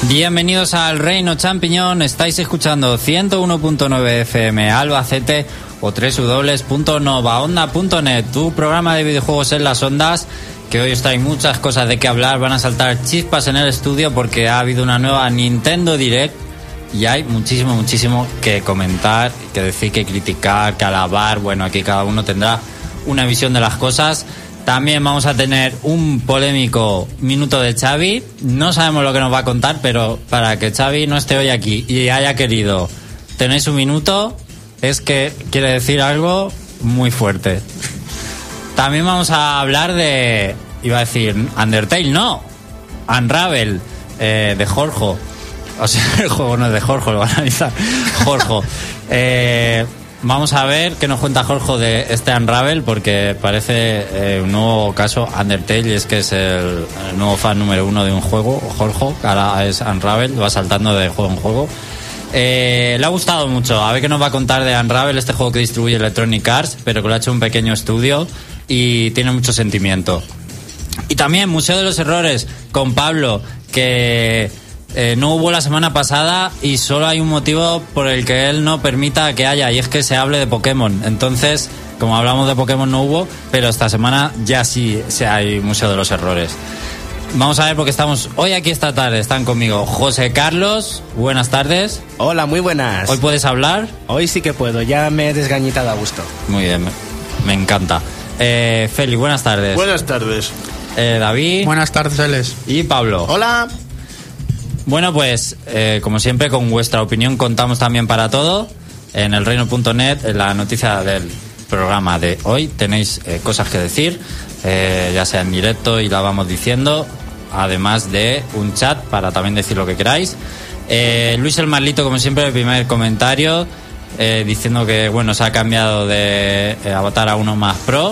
Bienvenidos al Reino Champiñón, estáis escuchando 101.9 FM Albacete o www.novaonda.net, tu programa de videojuegos en las ondas, que hoy os trae muchas cosas de qué hablar. Van a saltar chispas en el estudio porque ha habido una nueva Nintendo Direct y hay muchísimo que comentar, que decir, que criticar, que alabar. Bueno, aquí cada uno tendrá una visión de las cosas. También vamos a tener un polémico minuto de Xavi. No sabemos lo que nos va a contar, pero para que Xavi no esté hoy aquí y haya querido tener su minuto, es que quiere decir algo muy fuerte. También vamos a hablar de... iba a decir Undertale, no. Unravel, de Jorge. O sea, el juego no es de Jorge, lo van a analizar. Jorge. Vamos a ver qué nos cuenta Jorge de este Unravel, porque parece un nuevo caso Undertale, y es que es el nuevo fan número 1 de un juego. Jorge, que ahora es Unravel, va saltando de juego en juego. Le ha gustado mucho. A ver qué nos va a contar de Unravel, este juego que distribuye Electronic Arts, pero que lo ha hecho un pequeño estudio y tiene mucho sentimiento. Y también Museo de los Errores con Pablo, que no hubo la semana pasada y solo hay un motivo por el que él no permita que haya, y es que se hable de Pokémon. Entonces, como hablamos de Pokémon no hubo, pero esta semana ya sí hay Museo de los Errores. Vamos a ver, porque estamos hoy aquí esta tarde. Están conmigo José Carlos, buenas tardes. Hola, muy buenas. ¿Hoy puedes hablar? Hoy sí que puedo, ya me he desgañitado a gusto. Muy bien, me encanta. Feli, buenas tardes. Buenas tardes. David. Buenas tardes, Eles. Y Pablo. Hola. Bueno, pues, como siempre, con vuestra opinión contamos también para todo. En elreino.net, en la noticia del programa de hoy, tenéis cosas que decir, ya sea en directo y la vamos diciendo, además de un chat para también decir lo que queráis. Luis el Marlito, como siempre, el primer comentario, diciendo que, bueno, se ha cambiado de Avatar a uno más Pro.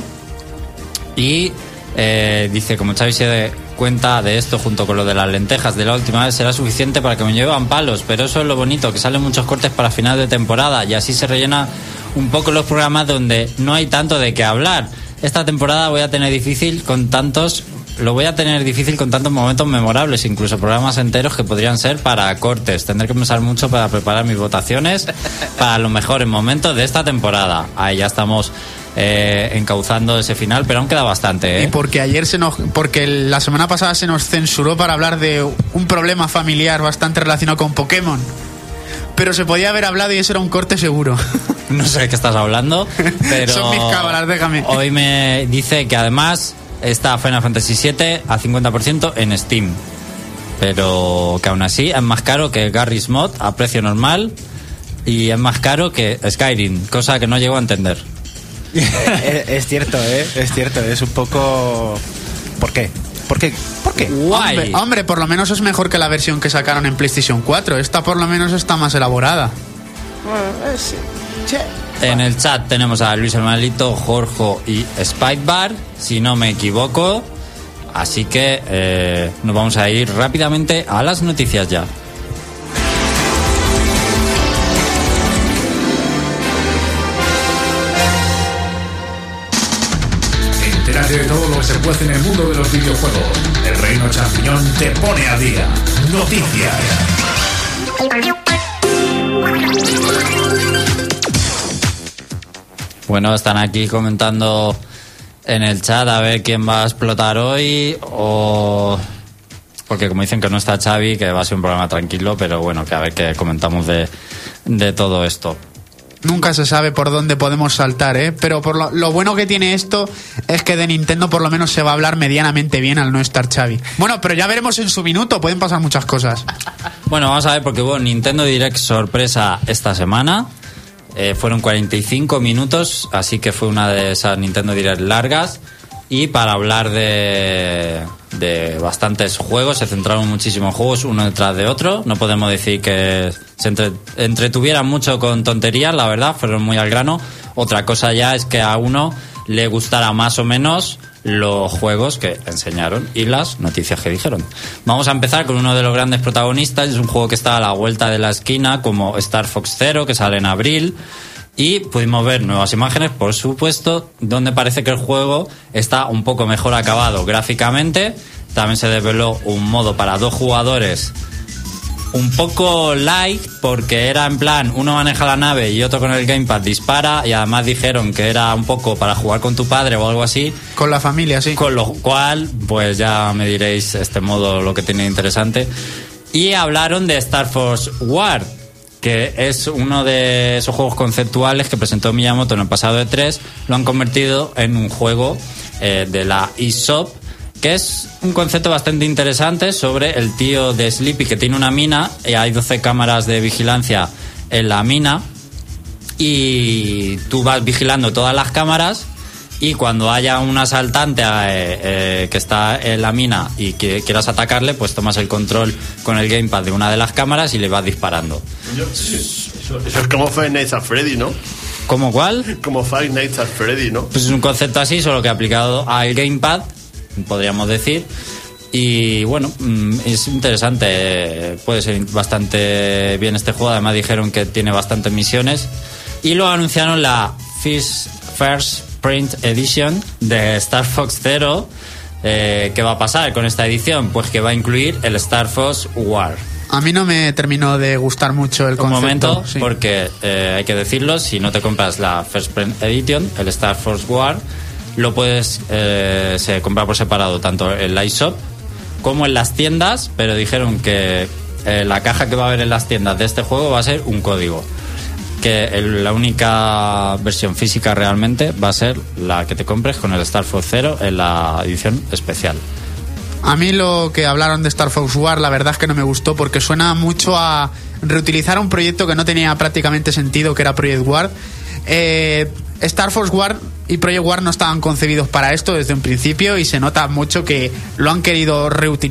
Y dice, como Xavi se cuenta de esto junto con lo de las lentejas de la última vez, será suficiente para que me lleven palos, pero eso es lo bonito, que salen muchos cortes para final de temporada y así se rellena un poco los programas donde no hay tanto de qué hablar. Esta temporada lo voy a tener difícil con tantos momentos memorables, incluso programas enteros que podrían ser para cortes. Tendré que pensar mucho para preparar mis votaciones para los mejores momentos de esta temporada. Ahí ya estamos encauzando ese final, pero aún queda bastante, ¿eh? Y porque porque la semana pasada se nos censuró para hablar de un problema familiar bastante relacionado con Pokémon, pero se podía haber hablado y eso era un corte seguro. No sé de qué estás hablando, pero son mis cámaras, déjame. Hoy me dice que además está Final Fantasy VII a 50% en Steam, pero que aún así es más caro que Garry's Mod a precio normal y es más caro que Skyrim, cosa que no llego a entender. Es cierto, es cierto, es un poco... ¿Por qué? Guay. Hombre, por lo menos es mejor que la versión que sacaron en PlayStation 4. Esta por lo menos está más elaborada. Sí. En el chat tenemos a Luis Hermanito, Jorge y Spikebar, si no me equivoco. Así que nos vamos a ir rápidamente a las noticias ya. De todo lo que se puede en el mundo de los videojuegos. El Reino Champiñón te pone a día. Noticias. Bueno, están aquí comentando en el chat a ver quién va a explotar hoy, o porque como dicen que no está Xavi, que va a ser un programa tranquilo, pero bueno, que a ver qué comentamos de todo esto. Nunca se sabe por dónde podemos saltar, ¿eh? Pero lo bueno que tiene esto es que de Nintendo por lo menos se va a hablar medianamente bien al no estar Xavi. Bueno, pero ya veremos en su minuto, pueden pasar muchas cosas. Bueno, vamos a ver, porque hubo Nintendo Direct sorpresa esta semana. Fueron 45 minutos, así que fue una de esas Nintendo Direct largas. Y para hablar de bastantes juegos, se centraron muchísimos juegos uno detrás de otro. No podemos decir que se entretuvieran mucho con tonterías, la verdad, fueron muy al grano. Otra cosa ya es que a uno le gustara más o menos los juegos que enseñaron y las noticias que dijeron. Vamos a empezar con uno de los grandes protagonistas. Es un juego que está a la vuelta de la esquina, como Star Fox Zero, que sale en abril. Y pudimos ver nuevas imágenes, por supuesto, donde parece que el juego está un poco mejor acabado gráficamente. También se desveló un modo para 2 jugadores un poco light, porque era en plan, uno maneja la nave y otro con el gamepad dispara, y además dijeron que era un poco para jugar con tu padre o algo así. Con la familia, sí. Con lo cual, pues ya me diréis este modo lo que tiene interesante. Y hablaron de Star Fox War, que es uno de esos juegos conceptuales que presentó Miyamoto en el pasado E3. Lo han convertido en un juego de la eShop, que es un concepto bastante interesante sobre el tío de Sleepy que tiene una mina y hay 12 cámaras de vigilancia en la mina y tú vas vigilando todas las cámaras, y cuando haya un asaltante que está en la mina y que quieras atacarle, pues tomas el control con el gamepad de una de las cámaras y le vas disparando. Eso es como Five Nights at Freddy, ¿no? ¿Cómo cuál? Como Five Nights at Freddy, ¿no? Pues es un concepto así, solo que aplicado al gamepad, podríamos decir. Y bueno, es interesante, puede ser bastante bien este juego. Además dijeron que tiene bastantes misiones y luego anunciaron la First Print Edition de Star Fox Zero. ¿Qué va a pasar con esta edición? Pues que va a incluir el Star Fox War. A mí no me terminó de gustar mucho el concepto. Un momento, sí. Porque hay que decirlo, si no te compras la First Print Edition, el Star Fox War, lo puedes se compra por separado tanto en la eShop como en las tiendas, pero dijeron que la caja que va a haber en las tiendas de este juego va a ser un código, que la única versión física realmente va a ser la que te compres con el Star Fox Zero en la edición especial. A mí lo que hablaron de Star Fox War, la verdad es que no me gustó, porque suena mucho a reutilizar un proyecto que no tenía prácticamente sentido, que era Project War. Star Fox War y Project War no estaban concebidos para esto desde un principio, y se nota mucho que lo han querido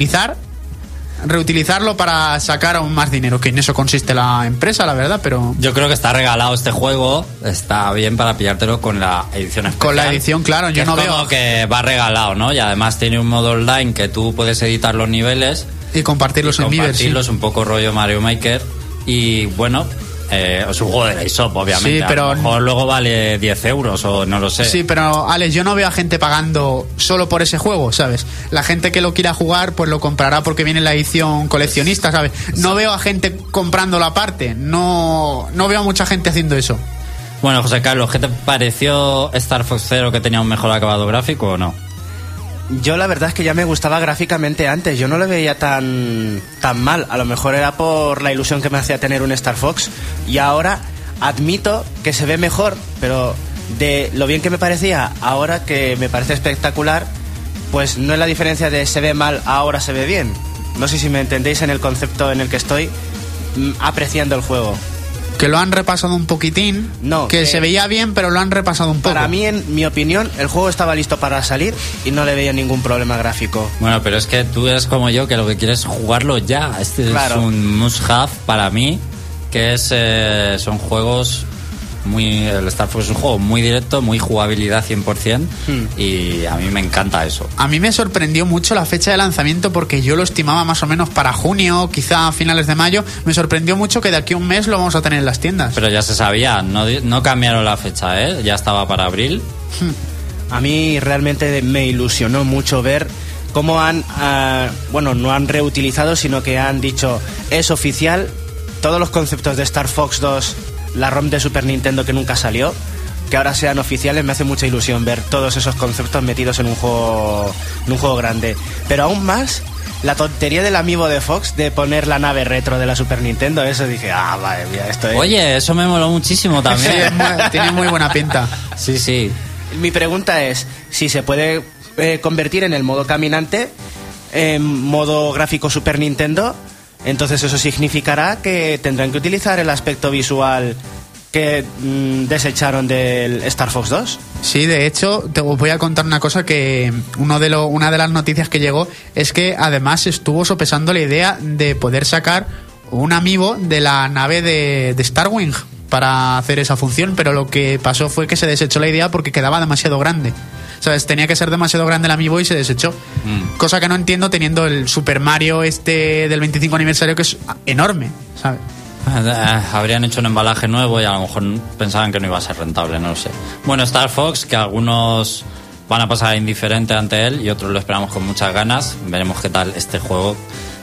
reutilizarlo para sacar aún más dinero, que en eso consiste la empresa, la verdad. Pero yo creo que está regalado este juego, está bien para pillártelo con la edición especial. Con la edición, claro, yo no veo que va regalado, ¿no? Y además tiene un modo online que tú puedes editar los niveles y compartirlos en Miiverse, compartirlos, sí. Un poco rollo Mario Maker. Y bueno, es un juego de la eShop, obviamente. Sí, pero a lo mejor luego vale 10 euros o no lo sé. Sí, pero Alex, yo no veo a gente pagando solo por ese juego, ¿sabes? La gente que lo quiera jugar, pues lo comprará porque viene la edición coleccionista, ¿sabes? No veo a gente comprándolo aparte. No veo a mucha gente haciendo eso. Bueno, José Carlos, ¿qué te pareció Star Fox Zero, que tenía un mejor acabado gráfico o no? Yo la verdad es que ya me gustaba gráficamente antes, yo no lo veía tan mal, a lo mejor era por la ilusión que me hacía tener un Star Fox, y ahora admito que se ve mejor, pero de lo bien que me parecía, ahora que me parece espectacular, pues no es la diferencia de se ve mal, ahora se ve bien. No sé si me entendéis en el concepto en el que estoy apreciando el juego. Que lo han repasado un poquitín, no, que se veía bien, pero lo han repasado un poco. Para mí, en mi opinión, el juego estaba listo para salir y no le veía ningún problema gráfico. Bueno, pero es que tú eres como yo, que lo que quieres es jugarlo ya. Este claro. Es un must-have para mí, que son juegos el Star Fox es un juego muy directo, muy jugabilidad 100%, y a mí me encanta eso. A mí me sorprendió mucho la fecha de lanzamiento, porque yo lo estimaba más o menos para junio, quizá a finales de mayo. Me sorprendió mucho que de aquí a un mes lo vamos a tener en las tiendas. Pero ya se sabía, no cambiaron la fecha, ¿eh? Ya estaba para abril. A mí realmente me ilusionó mucho ver cómo no han reutilizado, sino que han dicho, es oficial, todos los conceptos de Star Fox 2, la ROM de Super Nintendo que nunca salió, que ahora sean oficiales. Me hace mucha ilusión ver todos esos conceptos metidos en un juego grande. Pero aún más, la tontería del amiibo de Fox de poner la nave retro de la Super Nintendo, eso dije, vale, mira, esto es... Oye, eso me moló muchísimo también. Sí, tiene muy buena pinta. Sí, sí. Mi pregunta es si se puede convertir en el modo caminante, en modo gráfico Super Nintendo. Entonces eso significará que tendrán que utilizar el aspecto visual que desecharon del Star Fox 2. Sí, de hecho, te voy a contar una cosa, que una de las noticias que llegó es que además estuvo sopesando la idea de poder sacar un amiibo de la nave de Starwing para hacer esa función, pero lo que pasó fue que se desechó la idea porque quedaba demasiado grande. ¿Sabes? Tenía que ser demasiado grande el amiibo y se desechó. Cosa que no entiendo teniendo el Super Mario del 25 aniversario, que es enorme, ¿sabes? Habrían hecho un embalaje nuevo y a lo mejor pensaban que no iba a ser rentable, no lo sé. Bueno, Star Fox, que algunos van a pasar indiferente ante él y otros lo esperamos con muchas ganas. Veremos qué tal este juego,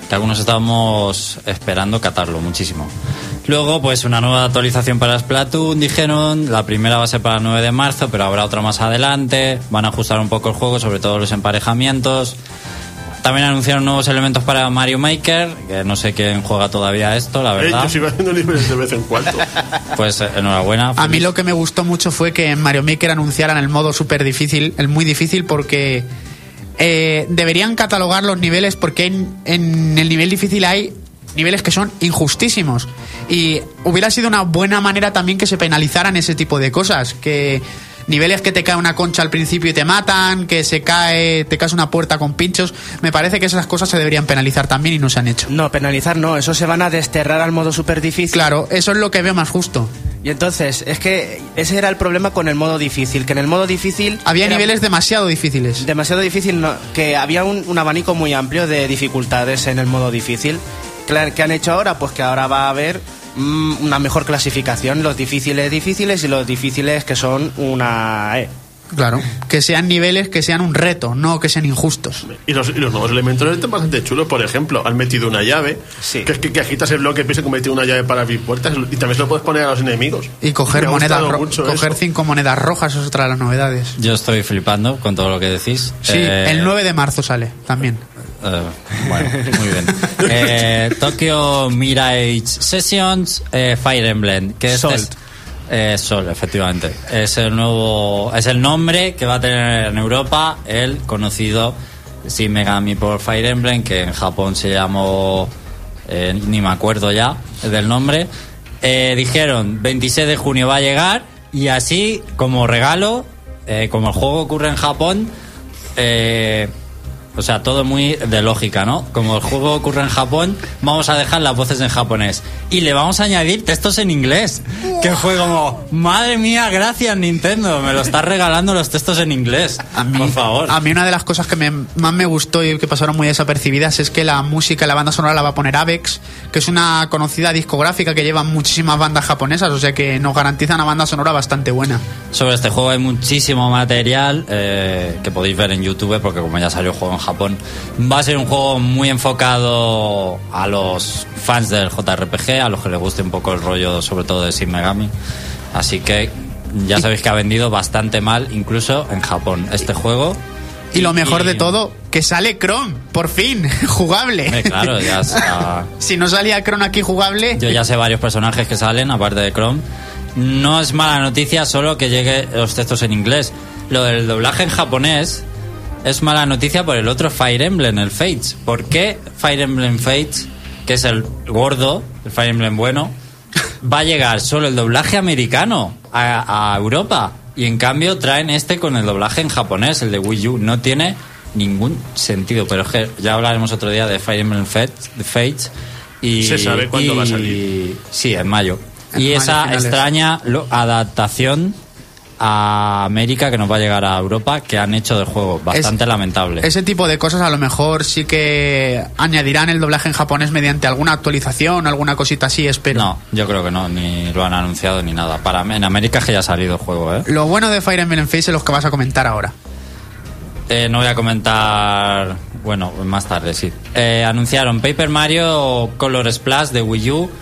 que algunos estábamos esperando catarlo muchísimo. Luego, pues una nueva actualización para Splatoon, dijeron. La primera va a ser para el 9 de marzo, pero habrá otra más adelante. Van a ajustar un poco el juego, sobre todo los emparejamientos. También anunciaron nuevos elementos para Mario Maker, que no sé quién juega todavía esto, la verdad. Yo sigo haciendo niveles de vez en cuando. Pues enhorabuena. A mí lo que me gustó mucho fue que en Mario Maker anunciaran el modo súper difícil, el muy difícil, porque deberían catalogar los niveles, porque en el nivel difícil hay niveles que son injustísimos, y hubiera sido una buena manera también que se penalizaran ese tipo de cosas, que niveles que te cae una concha al principio y te matan, que te caes una puerta con pinchos. Me parece que esas cosas se deberían penalizar también y no se han hecho. No, penalizar no, eso se van a desterrar al modo súper difícil. Claro, eso es lo que veo más justo. Y entonces, es que ese era el problema con el modo difícil, que en el modo difícil había niveles demasiado difíciles. Demasiado difícil, no, que había un abanico muy amplio de dificultades en el modo difícil. ¿Qué han hecho ahora? Pues que ahora va a haber una mejor clasificación, los difíciles y los difíciles que son una Claro, que sean niveles que sean un reto, no que sean injustos. Y los nuevos elementos están bastante chulos. Por ejemplo, han metido una llave, sí, que agitas el bloque, piensa que metido una llave para abrir puertas, y también se lo puedes poner a los enemigos. Y coger monedas coger 5 monedas rojas, eso es otra de las novedades. Yo estoy flipando con todo lo que decís. Sí, el 9 de marzo sale también. Bueno, muy bien. Tokyo Mirage Sessions, Fire Emblem, que Sol. Sol, efectivamente. Es el nombre que va a tener en Europa el conocido Shin Megami por Fire Emblem, que en Japón se llamó ni me acuerdo ya del nombre. Dijeron 26 de junio va a llegar, y así como regalo, como el juego ocurre en Japón, o sea, todo muy de lógica, ¿no? Como el juego ocurre en Japón, vamos a dejar las voces en japonés y le vamos a añadir textos en inglés. Que fue como, madre mía, gracias Nintendo, me lo estás regalando los textos en inglés. Por favor. A mí una de las cosas que más me gustó y que pasaron muy desapercibidas es que la música, la banda sonora la va a poner Avex, que es una conocida discográfica que lleva muchísimas bandas japonesas, o sea que nos garantiza una banda sonora bastante buena. Sobre este juego hay muchísimo material que podéis ver en YouTube, porque como ya salió el juego en Japón, va a ser un juego muy enfocado a los fans del JRPG, a los que les guste un poco el rollo, sobre todo de Shin Megami. Así que ya sabéis que ha vendido bastante mal, incluso en Japón, este juego. Y lo mejor de todo, que sale Chrome, por fin, jugable. Claro, ya está. Si no salía Chrome aquí jugable. Yo ya sé varios personajes que salen, aparte de Chrome. No es mala noticia solo que llegue los textos en inglés. Lo del doblaje en japonés es mala noticia por el otro Fire Emblem, el Fates. ¿Por qué Fire Emblem Fates, que es el gordo, el Fire Emblem bueno, va a llegar solo el doblaje americano a Europa? Y en cambio traen este con el doblaje en japonés, el de Wii U. No tiene ningún sentido, pero es que ya hablaremos otro día de Fire Emblem Fates. Y, ¿se sabe cuándo va a salir? Sí, en mayo. En y mayo, esa finales. extraña adaptación a América que nos va a llegar a Europa, que han hecho del juego bastante lamentable. Ese tipo de cosas a lo mejor sí que añadirán el doblaje en japonés mediante alguna actualización, alguna cosita así, espero. No, yo creo que no, ni lo han anunciado ni nada. En América es que ya ha salido el juego, ¿eh? Lo bueno de Fire Emblem Fates es los que vas a comentar ahora. No voy a comentar, bueno, más tarde sí. Anunciaron Paper Mario Color Splash de Wii U,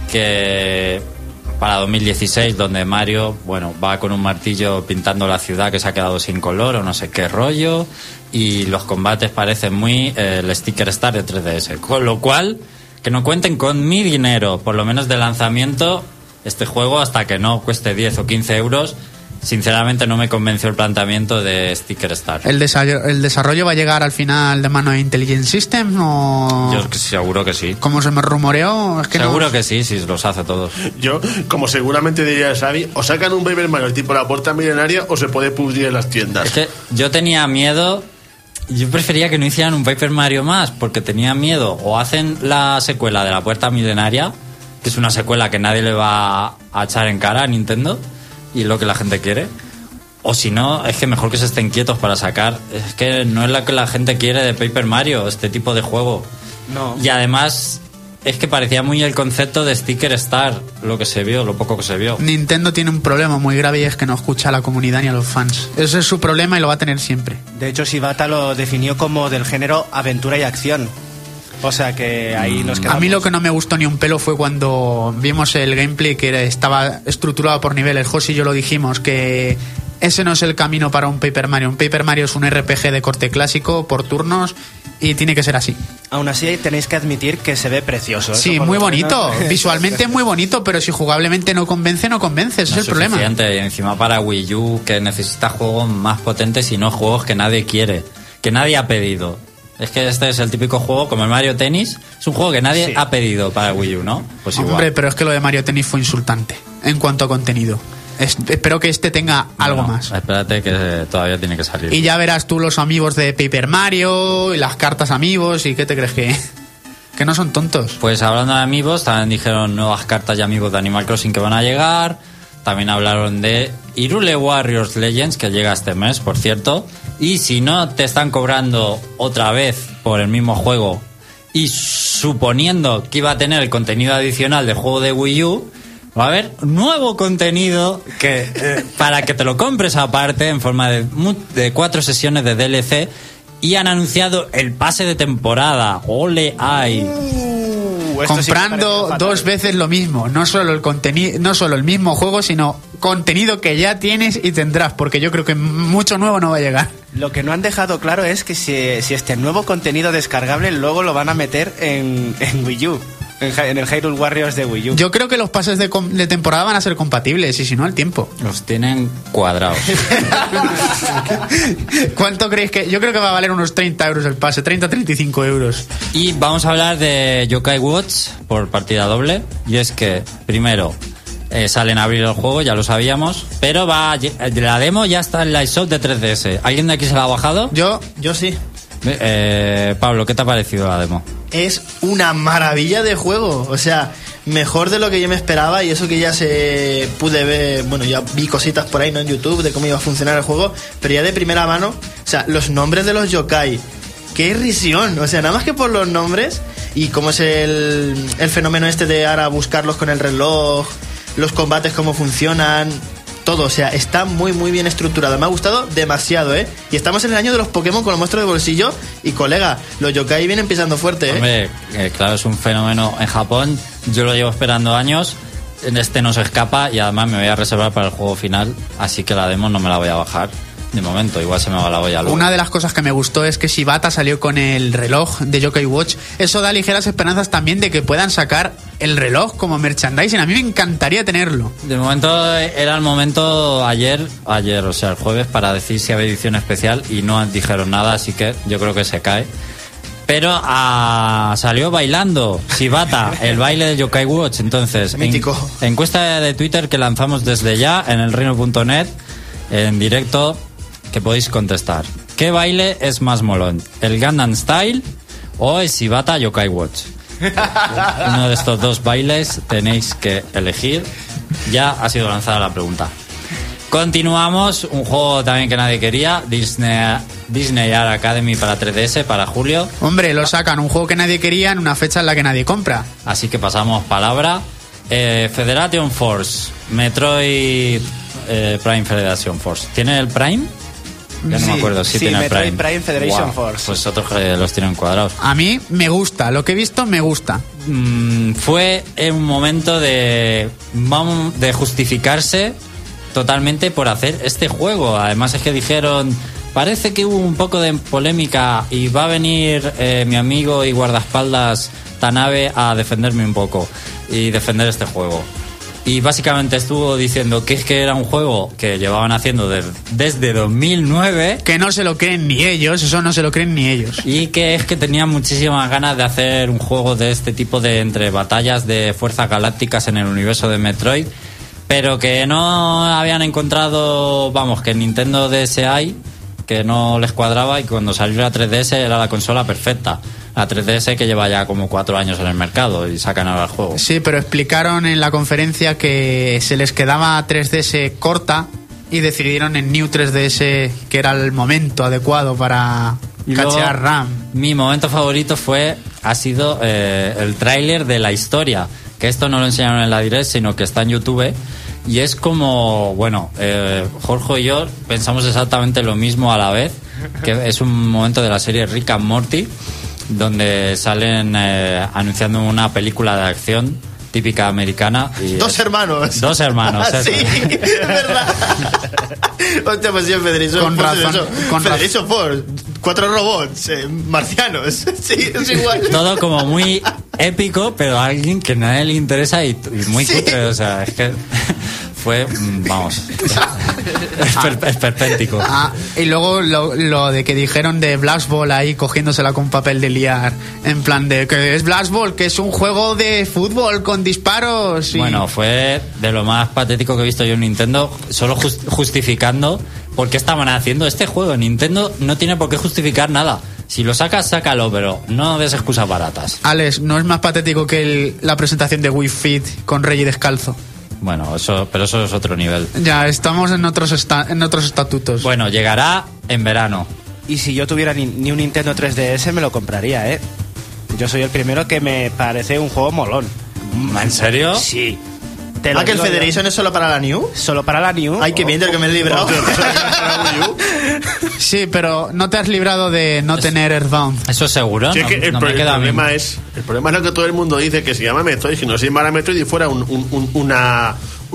que para 2016, donde Mario, bueno, va con un martillo pintando la ciudad que se ha quedado sin color o no sé qué rollo, y los combates parecen muy el Sticker Star de 3DS, con lo cual que no cuenten con mi dinero, por lo menos de lanzamiento, este juego, hasta que no cueste 10 o 15 euros. Sinceramente no me convenció el planteamiento de Sticker Star. ¿El desarrollo va a llegar al final de mano de Intelligent Systems o...? Yo seguro que sí. Como se me rumoreó, es que seguro que sí, los hace todos. Yo, como seguramente diría Xavi, o sacan un Paper Mario tipo la puerta milenaria o se puede pudrir en las tiendas. Es que yo tenía miedo, yo prefería que no hicieran un Paper Mario más, porque tenía miedo, o hacen la secuela de la puerta milenaria, que es una secuela que nadie le va a echar en cara a Nintendo, y es lo que la gente quiere, o si no, es que mejor que se estén quietos para sacar. Es que no es lo que la gente quiere de Paper Mario, este tipo de juego. No. Y además es que parecía muy el concepto de Sticker Star, lo que se vio, lo poco que se vio. Nintendo tiene un problema muy grave, y es que no escucha a la comunidad ni a los fans. Ese es su problema y lo va a tener siempre. De hecho, Shibata lo definió como del género aventura y acción. O sea que ahí nos quedamos. A mí lo que no me gustó ni un pelo fue cuando vimos el gameplay que estaba estructurado por niveles. José y yo lo dijimos, que ese no es el camino para un Paper Mario. Un Paper Mario es un RPG de corte clásico, por turnos, y tiene que ser así. Aún así tenéis que admitir que se ve precioso. Sí, muy bonito. Visualmente muy bonito, pero si jugablemente no convence, no convence. Ese No es el problema. suficiente. Y encima para Wii U, que necesita juegos más potentes y no juegos que nadie quiere, que nadie ha pedido. Es que este es el típico juego, como el Mario Tennis, es un juego que nadie ha pedido para Wii U, ¿no? Pues igual. Hombre, pero es que lo de Mario Tennis fue insultante en cuanto a contenido. Espero que este tenga algo más. Espérate que todavía tiene que salir. Y ya verás tú los amigos de Paper Mario y las cartas amigos, y ¿qué te crees que no son tontos? Pues hablando de amigos, también dijeron nuevas cartas y amigos de Animal Crossing que van a llegar. También hablaron de Hyrule Warriors Legends, que llega este mes, por cierto. Y si no te están cobrando otra vez por el mismo juego, y suponiendo que iba a tener el contenido adicional del juego de Wii U, va a haber nuevo contenido que para que te lo compres aparte en forma de 4 sesiones de DLC. Y han anunciado el pase de temporada. ¡Ole ay! Comprando 2 veces lo mismo, no solo el contenido, no solo el mismo juego, sino contenido que ya tienes y tendrás, porque yo creo que mucho nuevo no va a llegar. Lo que no han dejado claro es que si este nuevo contenido descargable luego lo van a meter en Wii U, en el Hyrule Warriors de Wii U. Yo creo que los pases de temporada van a ser compatibles, y si no, al tiempo. Los tienen cuadrados. ¿Cuánto creéis que? Yo creo que va a valer unos 30 euros el pase, 30-35 euros. Y vamos a hablar de Yokai Watch por partida doble. Y es que, primero, sale en abril el juego, ya lo sabíamos, pero la demo ya está en la eShop de 3DS. ¿Alguien de aquí se la ha bajado? Yo sí. Pablo, ¿qué te ha parecido la demo? Es una maravilla de juego, o sea, mejor de lo que yo me esperaba, y eso que ya pude ver, bueno, ya vi cositas por ahí, ¿no?, en YouTube de cómo iba a funcionar el juego, pero ya de primera mano, o sea, los nombres de los yokai, qué risión, o sea, nada más que por los nombres y cómo es el fenómeno este de ahora buscarlos con el reloj, los combates cómo funcionan, todo, o sea, está muy muy bien estructurado. Me ha gustado demasiado, ¿eh? Y estamos en el año de los Pokémon con los monstruos de bolsillo. Y colega, los yokai vienen pisando fuerte, ¿eh? Hombre, claro, es un fenómeno en Japón. Yo lo llevo esperando años. Este no se escapa y además me voy a reservar para el juego final. Así que la demo no me la voy a bajar de momento, igual se me va la olla luego. Una de las cosas que me gustó es que Shibata salió con el reloj de Yokai Watch. Eso da ligeras esperanzas también de que puedan sacar el reloj como merchandising. A mí me encantaría tenerlo. De momento era el momento ayer, o sea, el jueves, para decir si había edición especial, y no dijeron nada, así que yo creo que se cae. Pero salió bailando Shibata, el baile del Yokai Watch. Entonces, mítico. Encuesta de Twitter que lanzamos desde ya en el reino.net en directo, que podéis contestar. ¿Qué baile es más molón? ¿El Gangnam Style o el Shibata Yokai Watch? Uno de estos dos bailes tenéis que elegir. Ya ha sido lanzada la pregunta. Continuamos, un juego también que nadie quería, Disney Art Academy para 3DS, para julio. Hombre, lo sacan, un juego que nadie quería en una fecha en la que nadie compra. Así que pasamos palabra. Federation Force, Metroid Prime Federation Force. ¿Tiene el Prime? Ya no me acuerdo si tiene el Metroid Prime. Prime Federation Force. Pues otros que los tienen cuadrados. A mí me gusta, lo que he visto me gusta. Fue un momento de justificarse totalmente por hacer este juego. Además es que dijeron, parece que hubo un poco de polémica y va a venir mi amigo y guardaespaldas Tanabe a defenderme un poco y defender este juego. Y básicamente estuvo diciendo que es que era un juego que llevaban haciendo desde 2009. Que no se lo creen ni ellos, eso no se lo creen ni ellos. Y que es que tenían muchísimas ganas de hacer un juego de este tipo, de entre batallas de fuerzas galácticas en el universo de Metroid, pero que no habían encontrado, vamos, que Nintendo DSi, que no les cuadraba, y cuando salió la 3DS era la consola perfecta. La 3DS que lleva ya como 4 años en el mercado y sacan ahora el juego. Sí, pero explicaron en la conferencia que se les quedaba 3DS corta y decidieron en New 3DS que era el momento adecuado para cachear RAM. Mi momento favorito ha sido el tráiler de la historia, que esto no lo enseñaron en la Direct, sino que está en YouTube. Y es como, bueno, Jorge y yo pensamos exactamente lo mismo a la vez, que es un momento de la serie Rick and Morty. donde salen anunciando una película de acción típica americana. Y Dos hermanos. Eso. Sí, es verdad. Hostia, pues sí, Federation Con Force, razón, eso. con Federation Force, 4 robots, marcianos. Sí, es igual. Todo como muy épico, pero a alguien que nadie le interesa y muy Sí. cutre. O sea, es que fue, vamos, esperpéntico. Y luego lo de que dijeron de Blast Ball ahí cogiéndosela con papel de liar, en plan de que es Blast Ball, que es un juego de fútbol con disparos. Bueno, fue de lo más patético que he visto yo en Nintendo, solo justificando por qué estaban haciendo este juego. Nintendo no tiene por qué justificar nada. Si lo sacas, sácalo, pero no des excusas baratas. Alex, ¿no es más patético que la presentación de Wii Fit con Reggie descalzo? Bueno, pero eso es otro nivel. Ya, estamos en otros estatutos. Bueno, llegará en verano. Y si yo tuviera ni un Nintendo 3DS me lo compraría, ¿eh? Yo soy el primero que me parece un juego molón. ¿En serio? Sí. Te lo ¿Ah, que el digo yo. Federation es solo para la New? Solo para la New. Ay, qué bien, del que me he librado. Sí, pero no te has librado de no tener Earthbound. ¿Eso es seguro? Sí, es que el me queda bien. problema es lo que todo el mundo dice, que se llama Metroid, que no se llamara Metroid y fuera una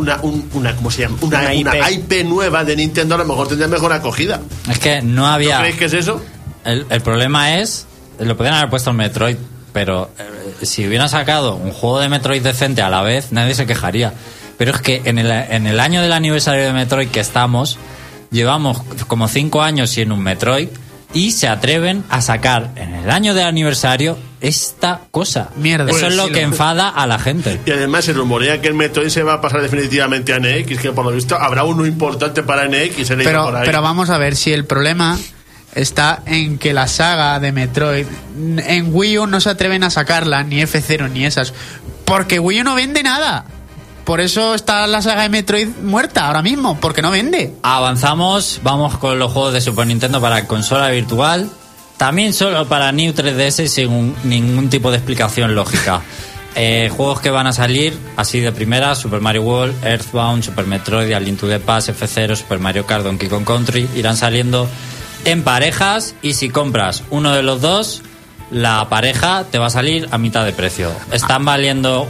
¿cómo se llama? Una IP nueva de Nintendo, a lo mejor tendría mejor acogida. Es que no había... ¿No creéis que es eso? El problema es, lo podrían haber puesto en Metroid, pero si hubieran sacado un juego de Metroid decente a la vez, nadie se quejaría. Pero es que en el año del aniversario de Metroid que estamos, llevamos como 5 años sin un Metroid y se atreven a sacar en el año del aniversario esta cosa. Mierda. Eso Pues es lo sí, que enfada a la gente. Y además se rumorea que el Metroid se va a pasar definitivamente a NX, que por lo visto habrá uno importante para NX. Pero vamos a ver si el problema está en que la saga de Metroid en Wii U no se atreven a sacarla, ni F0 ni esas, porque Wii U no vende nada. Por eso está la saga de Metroid muerta ahora mismo, porque no vende. Avanzamos, vamos con los juegos de Super Nintendo para consola virtual. También solo para New 3DS sin ningún tipo de explicación lógica. Juegos que van a salir así de primera: Super Mario World, Earthbound, Super Metroid, A Link to the Past, F0, Super Mario Kart, Donkey Kong Country. Irán saliendo en parejas y si compras uno de los dos, la pareja te va a salir a mitad de precio. Están valiendo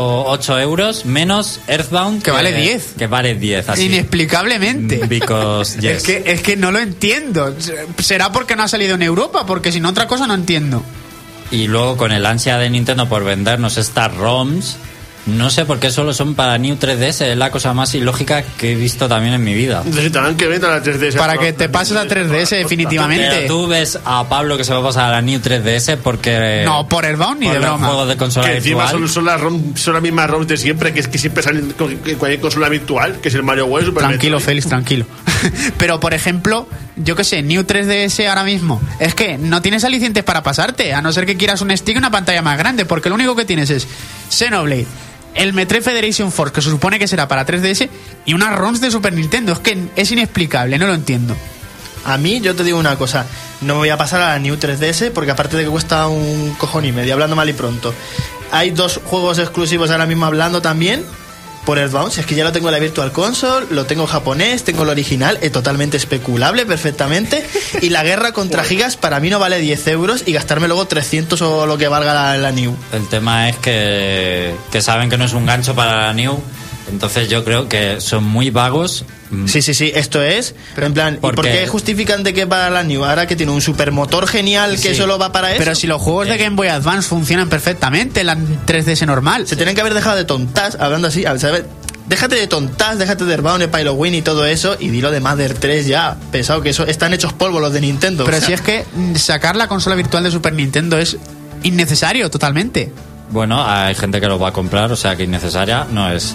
8 euros menos Earthbound, que vale 10. Que vale 10, así. Inexplicablemente. Because yes. Es que no lo entiendo. ¿Será porque no ha salido en Europa? Porque si no, otra cosa no entiendo. Y luego con el ansia de Nintendo por vendernos estas ROMs, no sé por qué solo son para New 3DS, es la cosa más ilógica que he visto también en mi vida. Necesitarán que vendan la 3DS. Para que te pases a 3DS definitivamente. Pero tú ves a Pablo que se va a pasar a la New 3DS porque... No, por Earthbound ni por de los broma. juegos de consola Que encima virtual. son las mismas ROMs de siempre, que siempre salen en cualquier consola virtual, que es el Mario World, Super Tranquilo, Metroid. Félix, tranquilo. Pero, por ejemplo, yo que sé, New 3DS ahora mismo, es que no tienes alicientes para pasarte, a no ser que quieras un stick y una pantalla más grande, porque lo único que tienes es Xenoblade, el Metroid Federation Force, que se supone que será para 3DS, y unas ROMs de Super Nintendo. Es que es inexplicable, no lo entiendo. A mí, yo te digo una cosa, no me voy a pasar a la New 3DS porque aparte de que cuesta un cojón y medio, hablando mal y pronto, hay 2 juegos exclusivos ahora mismo hablando también por Earthbound. Es que ya lo tengo en la Virtual Console, lo tengo en japonés, tengo el original, es totalmente especulable, perfectamente. Y la guerra contra gigas para mí no vale 10 euros y gastarme luego 300 o lo que valga la New. El tema es que saben que no es un gancho para la New, entonces yo creo que son muy vagos. Sí, esto es. Pero en plan, ¿y por qué justifican de que para la New? Ahora que tiene un supermotor genial que solo va para eso. Pero si los juegos de Game Boy Advance funcionan perfectamente, la 3DS normal. Se tienen que haber dejado de tontas, hablando así, ¿sabes? Déjate de tontas, déjate de Earthbound, de Pilot Wing y todo eso, y dilo de Mother 3 ya. Pensado que eso están hechos polvo los de Nintendo. Pero o sea, si es que sacar la consola virtual de Super Nintendo es innecesario totalmente. Bueno, hay gente que lo va a comprar, o sea que innecesaria no es.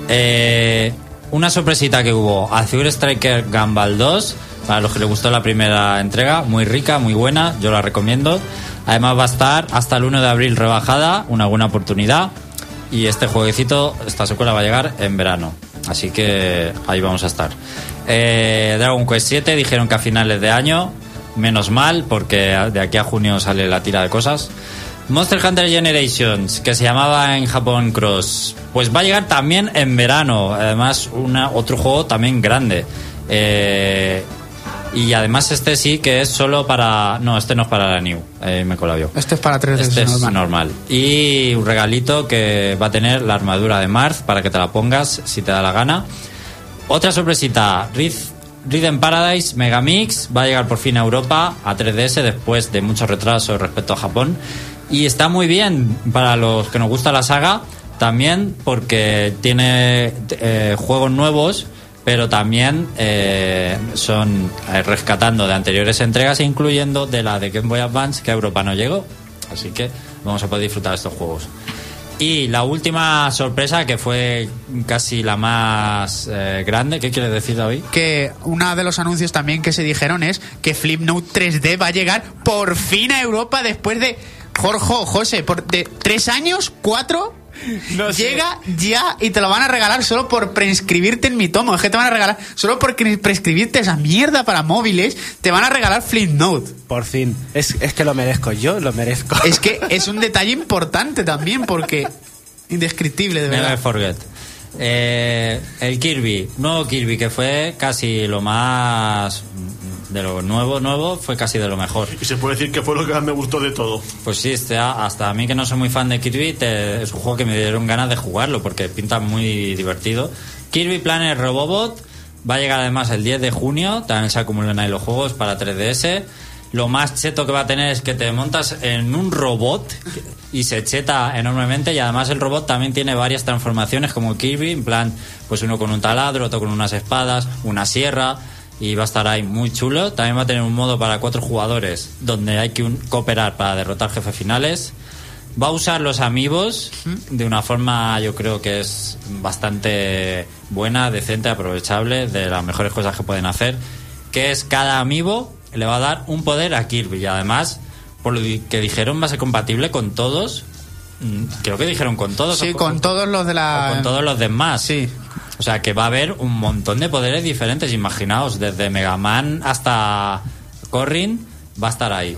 Una sorpresita que hubo: Azure Striker Gumball 2, para los que les gustó la primera entrega, muy rica, muy buena, yo la recomiendo. Además va a estar hasta el 1 de abril rebajada, una buena oportunidad. Y este jueguecito, esta secuela va a llegar en verano, así que ahí vamos a estar. Dragon Quest 7 dijeron que a finales de año, menos mal, porque de aquí a junio sale la tira de cosas. Monster Hunter Generations, que se llamaba en Japón Cross, pues va a llegar también en verano. Además, otro juego también grande. Y además este sí que es solo para... No, este no es para la New, me he colado yo. Este es para 3DS Este normal. es normal. Y un regalito que va a tener la armadura de Marth para que te la pongas si te da la gana. Otra sorpresita, Rhythm Paradise Megamix va a llegar por fin a Europa a 3DS después de mucho retraso respecto a Japón. Y está muy bien para los que nos gusta la saga, también porque tiene juegos nuevos, pero también son rescatando de anteriores entregas, incluyendo de la de Game Boy Advance, que a Europa no llegó. Así que vamos a poder disfrutar de estos juegos. Y la última sorpresa, que fue casi la más grande, ¿qué quieres decir, David? Que uno de los anuncios también que se dijeron es que Flipnote 3D va a llegar por fin a Europa después de... José, de 3 años, 4... No sé. Llega ya y te lo van a regalar solo por preinscribirte en mi tomo. Es que te van a regalar solo por prescribirte esa mierda para móviles. Te van a regalar Flipnote. Por fin. Es que lo merezco. Yo lo merezco. Es que es un detalle importante también, porque indescriptible, de verdad. Never forget. El Kirby, nuevo Kirby, que fue casi lo más... De lo nuevo fue casi de lo mejor. Y se puede decir que fue lo que más me gustó de todo. Pues sí, hasta a mí, que no soy muy fan de Kirby, es un juego que me dieron ganas de jugarlo porque pinta muy divertido. Kirby Planet Robobot va a llegar además el 10 de junio. También se acumulan ahí los juegos para 3DS. Lo más cheto que va a tener es que te montas en un robot y se cheta enormemente, y además el robot también tiene varias transformaciones como Kirby, en plan, pues uno con un taladro, otro con unas espadas, una sierra, y va a estar ahí muy chulo. También va a tener un modo para 4 jugadores donde hay que cooperar para derrotar jefes finales. Va a usar los amiibos de una forma, yo creo que es bastante buena, decente, aprovechable, de las mejores cosas que pueden hacer, que es cada amiibo le va a dar un poder a Kirby, y además, por lo que dijeron, va a ser compatible con todos. Creo que dijeron con todos. Sí, con todos los de la... O con todos los demás. Sí. O sea, que va a haber un montón de poderes diferentes. Imaginaos, desde Mega Man hasta Corrin va a estar ahí.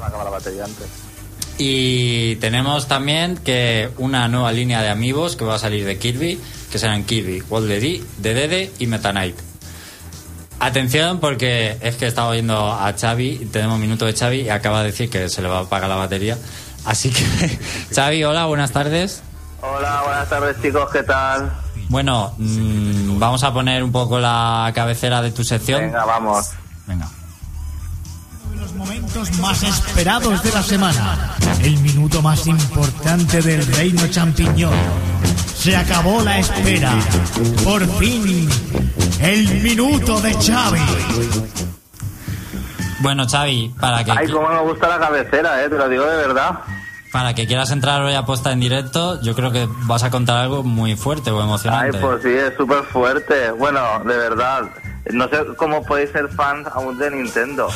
Y tenemos también que una nueva línea de amiibos que va a salir de Kirby, que serán Kirby, Wall de Dede y Meta Knight. Atención, porque es que estaba oyendo a Xavi, tenemos un minuto de Xavi y acaba de decir que se le va a apagar la batería. Así que, Xavi, hola, buenas tardes. Hola, buenas tardes, chicos, ¿qué tal? Bueno, vamos a poner un poco la cabecera de tu sección. Venga, vamos. Venga. Uno de los momentos más esperados de la semana. El minuto más importante del Reino Champiñón. Se acabó la espera. Por fin, el minuto de Xavi. Bueno, Xavi, para que... Ay, cómo me gusta la cabecera, te lo digo de verdad. Para que quieras entrar hoy a posta en directo, yo creo que vas a contar algo muy fuerte o emocionante. Ay, pues sí, es súper fuerte. Bueno, de verdad, no sé cómo podéis ser fans aún de Nintendo.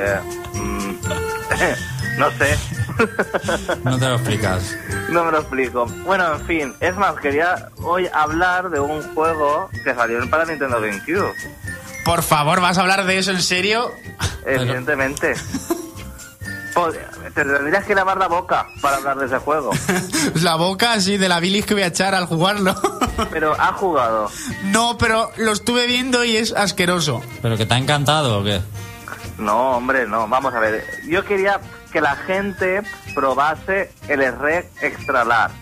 No sé. No te lo explicas. No me lo explico. Bueno, en fin, es más, quería hoy hablar de un juego que salió para Nintendo GameCube. Por favor, ¿vas a hablar de eso en serio? Evidentemente. Te tendrías que lavar la boca para hablar de ese juego. La boca, sí, de la bilis que voy a echar al jugarlo. Pero ¿has jugado? No, pero lo estuve viendo y es asqueroso. ¿Pero que te ha encantado o qué? No, hombre, no. Vamos a ver. Yo quería que la gente probase el REC extra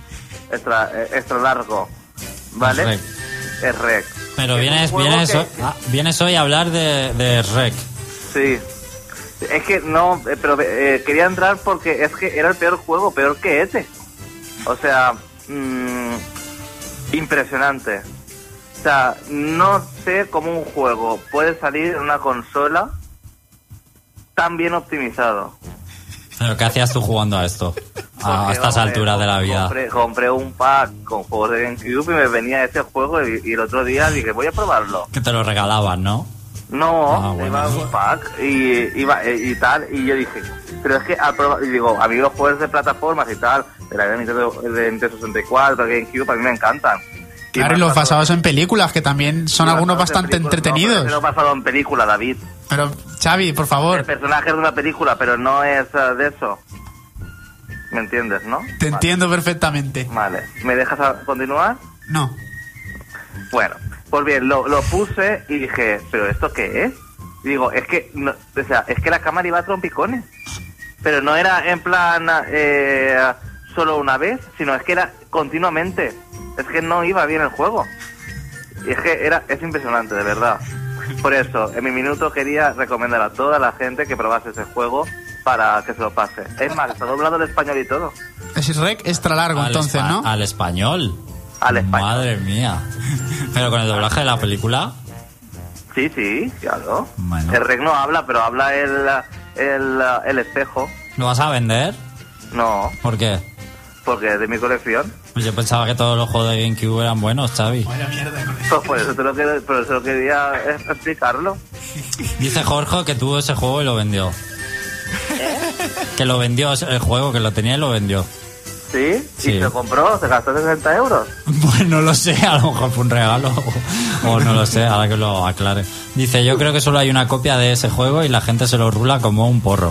largo. ¿Vale? El REC. Pero vienes hoy a hablar de REC. Sí. Es que no, pero quería entrar porque es que era el peor juego, peor que ETE. O sea, impresionante. O sea, no sé cómo un juego puede salir en una consola tan bien optimizado. ¿Pero qué hacías tú jugando a esto? A estas alturas de la vida. Compré un pack con juegos de GameCube y me venía ese juego y el otro día dije, voy a probarlo. Que te lo regalaban, ¿no? No, bueno. Iba un pack y tal, y yo dije, pero es que al probar, y digo, a mí los juegos de plataformas y tal, de la Nintendo 64, GameCube, a mí me encantan. Claro, y los basados en películas, que también son algunos bastante entretenidos. No, lo he pasado en película, David. Pero, Xavi, por favor. El personaje es de una película, pero no es de eso. ¿Me entiendes, no? Te entiendo perfectamente. Vale. ¿Me dejas continuar? No. Bueno, pues bien, lo puse y dije, ¿pero esto qué es? Y digo, es que la cámara iba a trompicones. Pero no era en plan solo una vez, sino es que era continuamente. Es que no iba bien el juego. Y es que es impresionante, de verdad. Por eso, en mi minuto quería recomendar a toda la gente que probase ese juego para que se lo pase. Es más, está doblado al español y todo. Es rec extra largo, entonces, ¿no? Al español. Al español. Madre mía. Pero con el doblaje de la película. Sí, claro. Bueno. El rec no habla, pero habla el espejo. ¿Lo vas a vender? No, ¿Por qué? porque es de mi colección. Pues yo pensaba que todos los juegos de GameCube eran buenos, Xavi. Pues por eso quería explicarlo. Dice Jorge que tuvo ese juego y lo vendió. Que lo vendió, el juego, que lo tenía y lo vendió. ¿Sí? Sí. ¿Y se lo compró? ¿Se gastó 60 euros? Bueno, no lo sé, a lo mejor fue un regalo o no lo sé, ahora que lo aclare. Dice, yo creo que solo hay una copia de ese juego y la gente se lo rula como un porro.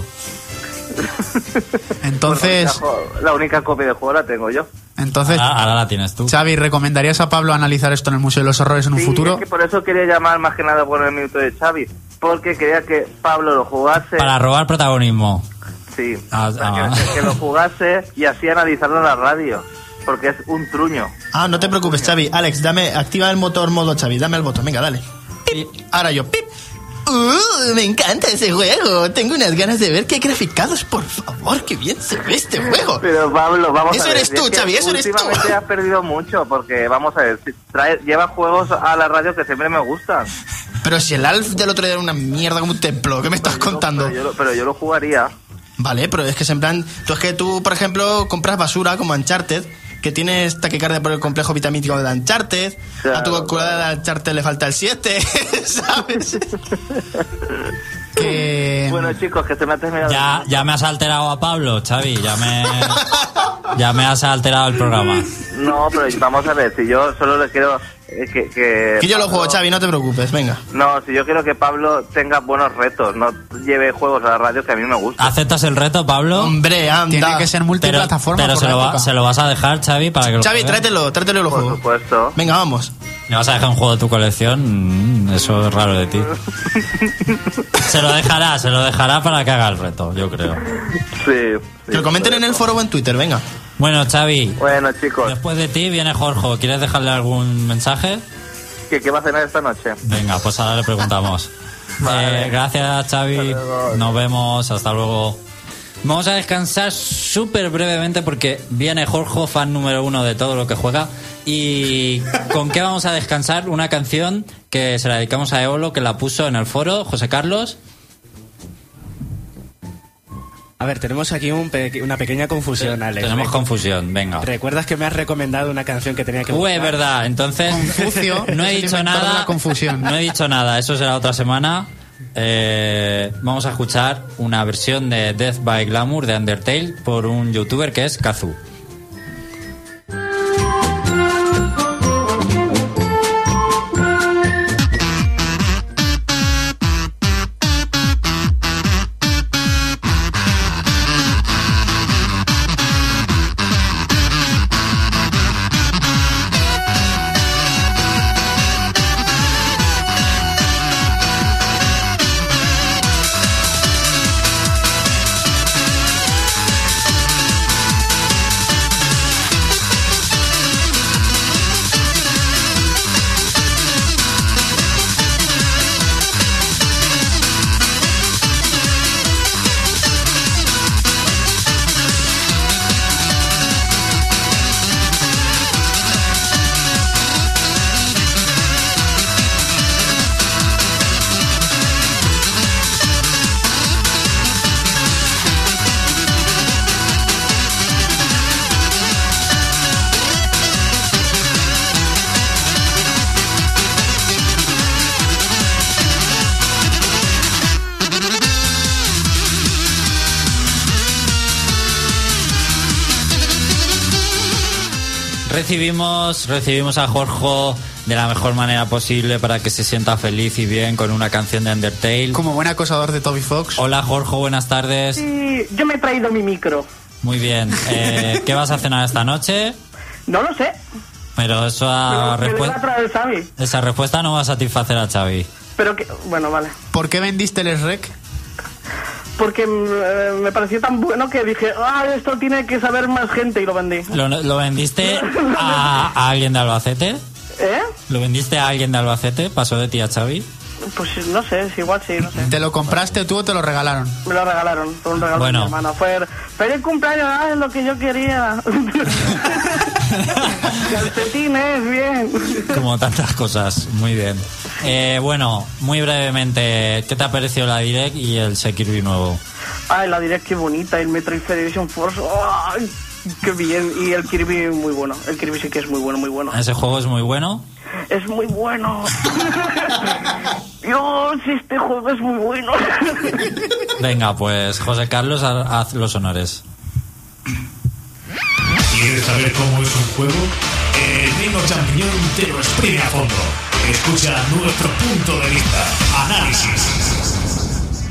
Entonces, La única copia del juego la tengo yo. entonces Ahora la tienes tú. Xavi, ¿recomendarías a Pablo analizar esto en el Museo de los Horrores en un Sí, futuro? es que por eso quería llamar más que nada por el minuto de Xavi. Porque quería que Pablo lo jugase. Para robar protagonismo. Sí, Ah. que lo jugase y así analizarlo en la radio. Porque es un truño. Ah, no te preocupes, Xavi. Alex, activa el motor modo Xavi. Dame el botón, venga, dale. Pip. Ahora yo, pip. Me encanta ese juego. Tengo unas ganas de ver qué graficados, por favor, qué bien se ve este juego. Pero Pablo, vamos Eso a ver. eres tú, es que Xavi, eso eres tú. Últimamente has perdido mucho porque, vamos a ver, lleva juegos a la radio que siempre me gustan. Pero si el Alf del otro día era una mierda como un templo, ¿qué me estás contando? Pero yo lo jugaría. Vale, pero es que es en plan... Tú, por ejemplo, compras basura como Uncharted, que tienes taquicardia por el complejo vitamínico de Uncharted. Claro, a tu calculadora de Uncharted le falta el 7, ¿sabes? Que... Bueno, chicos, que se me ha terminado. Ya me has alterado a Pablo, Xavi, ya me has alterado el programa. No, pero vamos a ver, si yo solo le quiero... que yo lo Pablo- juego, Xavi, no te preocupes, venga. No, si yo quiero que Pablo tenga buenos retos, no lleve juegos a la radio que a mí me gustan. ¿Aceptas el reto, Pablo? Hombre, anda. Tiene que ser multiplataforma. Pero por se la época. lo vas a dejar, Xavi, para que lo Xavi, juegue? tráetelo los Por juegos. supuesto. Venga, vamos. ¿Le vas a dejar un juego de tu colección? Eso es raro de ti. Se lo dejará para que haga el reto, yo creo. Sí. Que lo comenten en el foro o en Twitter, venga. Bueno, Xavi, Bueno, chicos, después de ti viene Jorge. ¿Quieres dejarle algún mensaje? ¿qué va a cenar esta noche? Venga, pues ahora le preguntamos. Vale. Gracias, Xavi. Hasta luego. Nos vemos. Hasta luego. Vamos a descansar súper brevemente porque viene Jorge, fan número 1 de todo lo que juega. ¿Y con qué vamos a descansar? Una canción que se la dedicamos a Eolo, que la puso en el foro, José Carlos. A ver, tenemos aquí una pequeña confusión, Alex. Tenemos confusión, venga. ¿Recuerdas que me has recomendado una canción que tenía que Es buscar? verdad, entonces Confucio, no he es el dicho inventor de nada. la confusión. No he dicho nada, eso será otra semana. Vamos a escuchar una versión de Death by Glamour de Undertale por un youtuber que es Kazu. Recibimos a Jorge de la mejor manera posible para que se sienta feliz y bien con una canción de Undertale. Como buen acosador de Toby Fox. Hola Jorge, buenas tardes. Sí, yo me he traído mi micro. Muy bien. ¿Qué vas a cenar esta noche? No lo sé. Pero eso Me lo iba a traer Xavi. esa respuesta no va a satisfacer a Xavi. Pero que, bueno, vale. ¿Por qué vendiste el SREC? Porque me pareció tan bueno que dije, esto tiene que saber más gente, y lo vendí. ¿Lo vendiste a alguien de Albacete? ¿Eh? ¿Lo vendiste a alguien de Albacete? ¿Pasó de ti a Xavi? Pues no sé, igual sí, no sé. ¿Te lo compraste tú o te lo regalaron? Me lo regalaron, fue un regalo de mi hermano. Fue feliz cumpleaños, es lo que yo quería. Calcetines, bien. Como tantas cosas, muy bien. Bueno, muy brevemente, ¿qué te ha parecido la Direct y el Sekirby nuevo? Ay, la Direct qué bonita, el Metroid Federation Force, ¡ay, qué bien! Y el Kirby muy bueno, el Kirby sí que es muy bueno, muy bueno. ¿Ese juego es muy bueno? Es muy bueno. Dios, este juego es muy bueno. Venga, pues José Carlos, haz los honores. ¿Quieres saber cómo es un juego? El Reino Champiñón te lo exprime a fondo. Escucha nuestro punto de vista. Análisis.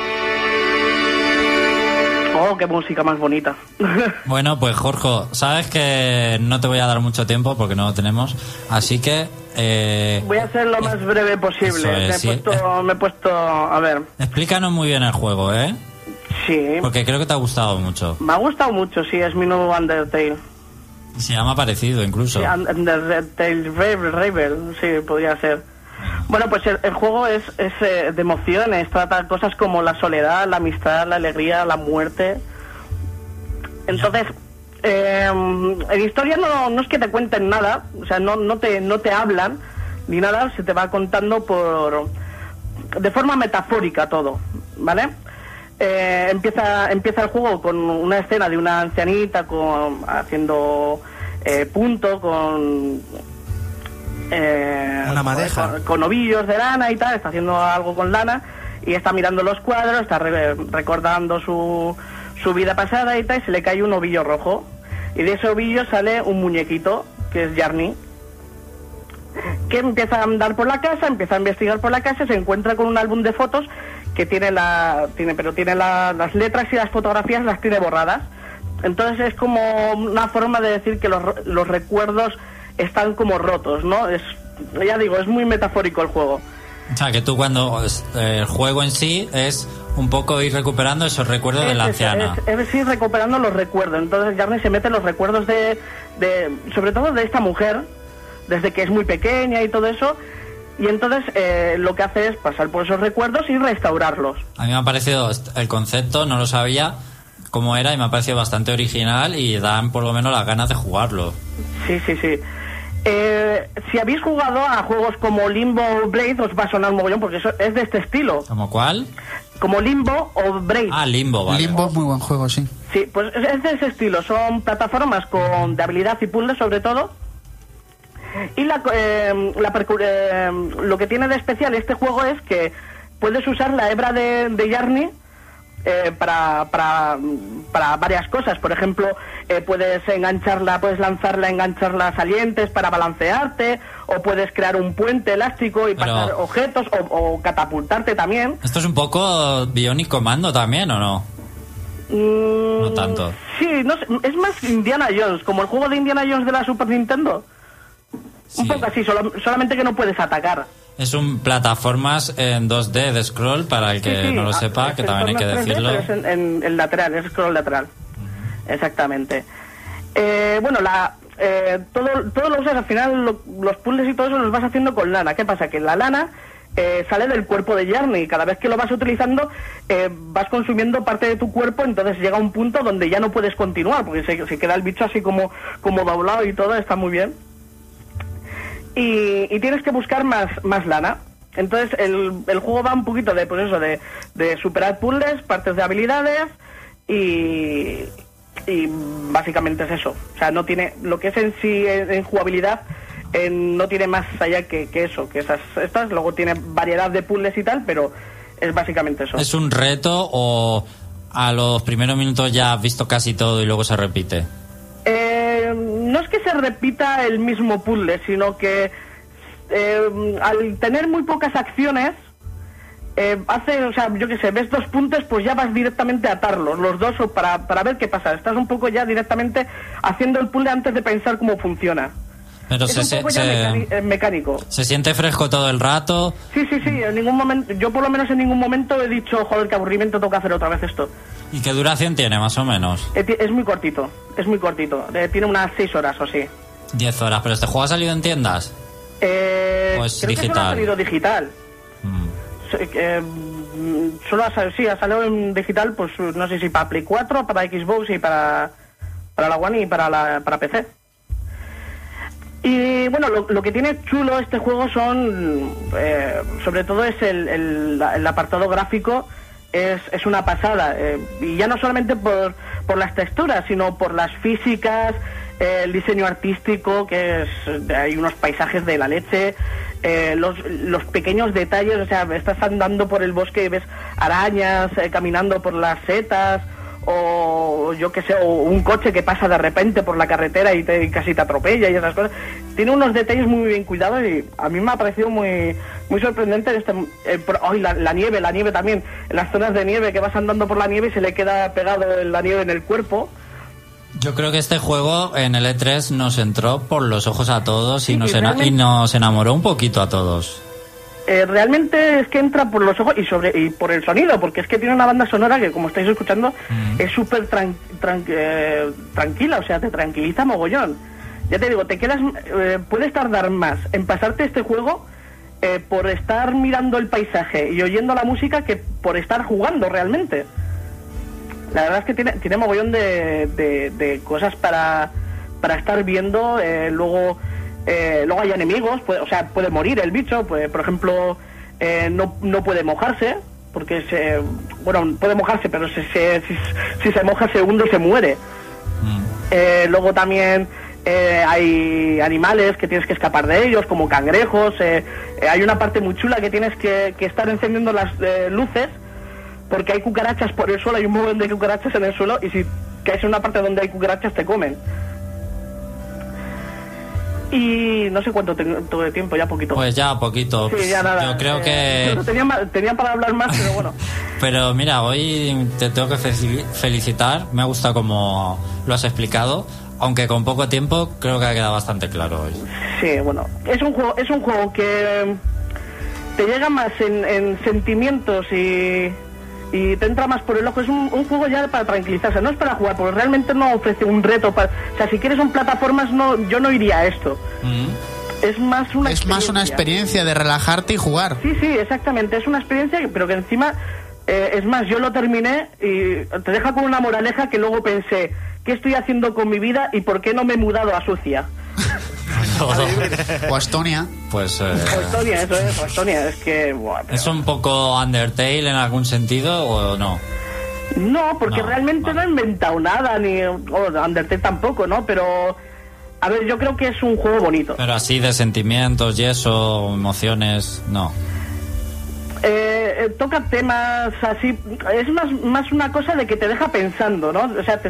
Oh, qué música más bonita. Bueno, pues Jorge, sabes que no te voy a dar mucho tiempo porque no lo tenemos, así que... voy a ser lo más breve posible. Es, me he puesto... A ver. Explícanos muy bien el juego, ¿eh? Sí. Porque creo que te ha gustado mucho. Me ha gustado mucho, sí, es mi nuevo Undertale. Se llama parecido incluso. Sí, Undertale Rebel, sí, podría ser. Bueno, pues el juego es de emociones, trata cosas como la soledad, la amistad, la alegría, la muerte. Entonces, en historia no es que te cuenten nada, o sea, no te hablan ni nada, se te va contando de forma metafórica todo, ¿vale? Empieza el juego con una escena de una ancianita haciendo punto con una madeja con ovillos de lana y tal, está haciendo algo con lana y está mirando los cuadros, está recordando su vida pasada y tal, y se le cae un ovillo rojo y de ese ovillo sale un muñequito que es Yarny, que empieza a andar por la casa, empieza a investigar por la casa, se encuentra con un álbum de fotos que tiene las letras y las fotografías las tiene borradas. Entonces es como una forma de decir que los recuerdos están como rotos, ¿no? Ya digo, es muy metafórico el juego. O sea, que tú cuando el juego en sí es un poco ir recuperando esos recuerdos de la anciana. Es ir recuperando los recuerdos. Entonces Yarny se mete en los recuerdos sobre todo de esta mujer, desde que es muy pequeña y todo eso. Y entonces lo que hace es pasar por esos recuerdos y restaurarlos. A mí me ha parecido el concepto, no lo sabía cómo era y me ha parecido bastante original y dan por lo menos las ganas de jugarlo. Sí. Si habéis jugado a juegos como Limbo o Braid os va a sonar un mogollón porque eso es de este estilo. ¿Como cuál? Como Limbo o Braid. Ah, Limbo, vale. Limbo es muy buen juego, sí. Sí, pues es de ese estilo. Son plataformas de habilidad y puzzles sobre todo. Y lo que tiene de especial este juego es que puedes usar la hebra de Yarny para varias cosas. Por ejemplo, puedes lanzarla, engancharla a salientes para balancearte, o puedes crear un puente elástico y pasar objetos, o catapultarte también. ¿Esto es un poco Bionic Commando también, o no? No tanto. Sí, no sé, es más Indiana Jones, como el juego de Indiana Jones de la Super Nintendo. Sí. Un poco así, solamente que no puedes atacar. Es un plataformas en 2D de scroll, para el que no lo sepa, que también hay que decirlo. 3D, pero es en el lateral, es scroll lateral. Exactamente. Bueno, todo lo usas al final, los puzzles y todo eso los vas haciendo con lana. ¿Qué pasa? Que la lana sale del cuerpo de Yarny y cada vez que lo vas utilizando vas consumiendo parte de tu cuerpo, entonces llega un punto donde ya no puedes continuar, porque se queda el bicho así como doblado y todo, está muy bien. Y tienes que buscar más lana. Entonces el juego va un poquito de superar puzzles, partes de habilidades y básicamente es eso. O sea, no tiene lo que es en sí en jugabilidad, no tiene más allá que eso, que estas. Luego tiene variedad de puzzles y tal, pero es básicamente eso. ¿Es un reto o a los primeros minutos ya has visto casi todo y luego se repite? No es que se repita el mismo puzzle, sino que al tener muy pocas acciones, o sea, yo qué sé, ves 2 puntos, pues ya vas directamente a atarlos, los dos, para ver qué pasa. Estás un poco ya directamente haciendo el puzzle antes de pensar cómo funciona. Pero es un poco ya mecánico. ¿Se siente fresco todo el rato? Sí, en ningún momento, yo por lo menos en ningún momento he dicho, joder, qué aburrimiento, toca hacer otra vez esto. ¿Y qué duración tiene, más o menos? Es muy cortito. Tiene unas 6 horas o sí. 10 horas, ¿pero este juego ha salido en tiendas? Pues creo digital. Que solo ha salido digital. Solo ha salido en digital, pues no sé si para Play 4, para Xbox y para la One y para PC. Y bueno, lo que tiene chulo este juego son, sobre todo es el apartado gráfico, es una pasada. Y ya no solamente por las texturas, sino por las físicas, el diseño artístico, hay unos paisajes de la leche, los pequeños detalles, o sea, estás andando por el bosque y ves arañas caminando por las setas, o yo qué sé, o un coche que pasa de repente por la carretera y casi te atropella y esas cosas. Tiene unos detalles muy bien cuidados y a mí me ha parecido muy sorprendente la nieve también, en las zonas de nieve, que vas andando por la nieve y se le queda pegado la nieve en el cuerpo. Yo creo que este juego en el E3 nos entró por los ojos a todos y nos enamoró un poquito a todos. Realmente es que entra por los ojos y por el sonido, porque es que tiene una banda sonora que, como estáis escuchando, es súper tranquila, o sea, te tranquiliza mogollón. Ya te digo, te quedas, puedes tardar más en pasarte este juego por estar mirando el paisaje y oyendo la música que por estar jugando realmente. La verdad es que tiene mogollón de cosas para estar viendo. Luego hay enemigos, puede morir el bicho, pues, por ejemplo, no puede mojarse, porque puede mojarse, pero si se moja se hunde y se muere. Luego también hay animales que tienes que escapar de ellos, como cangrejos. Hay una parte muy chula que tienes que estar encendiendo las luces, porque hay cucarachas por el suelo, hay un montón de cucarachas en el suelo, y si caes en una parte donde hay cucarachas te comen. Y no sé cuánto tengo de tiempo, ya poquito. Pues ya poquito. Sí, ya nada. Yo creo que... Tenía para hablar más, pero bueno. Pero mira, hoy te tengo que felicitar. Me gusta cómo lo has explicado. Aunque con poco tiempo, creo que ha quedado bastante claro hoy. Sí, bueno. Es un juego que te llega más en sentimientos y te entra más por el ojo. Es un juego ya para tranquilizarse, no es para jugar, porque realmente no ofrece un reto. O sea, si quieres un plataformas, yo no iría a esto. Es más una experiencia de relajarte y jugar. Sí, exactamente. Es una experiencia, pero que encima, es más, yo lo terminé y te deja con una moraleja que luego pensé, ¿qué estoy haciendo con mi vida y por qué no me he mudado a Suecia? O a Estonia. Pues Estonia, eso es, Estonia, es que... Buah, pero... ¿Es un poco Undertale en algún sentido o no? No, porque realmente no he inventado nada, Undertale tampoco, ¿no? Pero, a ver, yo creo que es un juego bonito. Pero así de sentimientos y eso, emociones, no. Toca temas así, es más una cosa de que te deja pensando, ¿no? O sea, te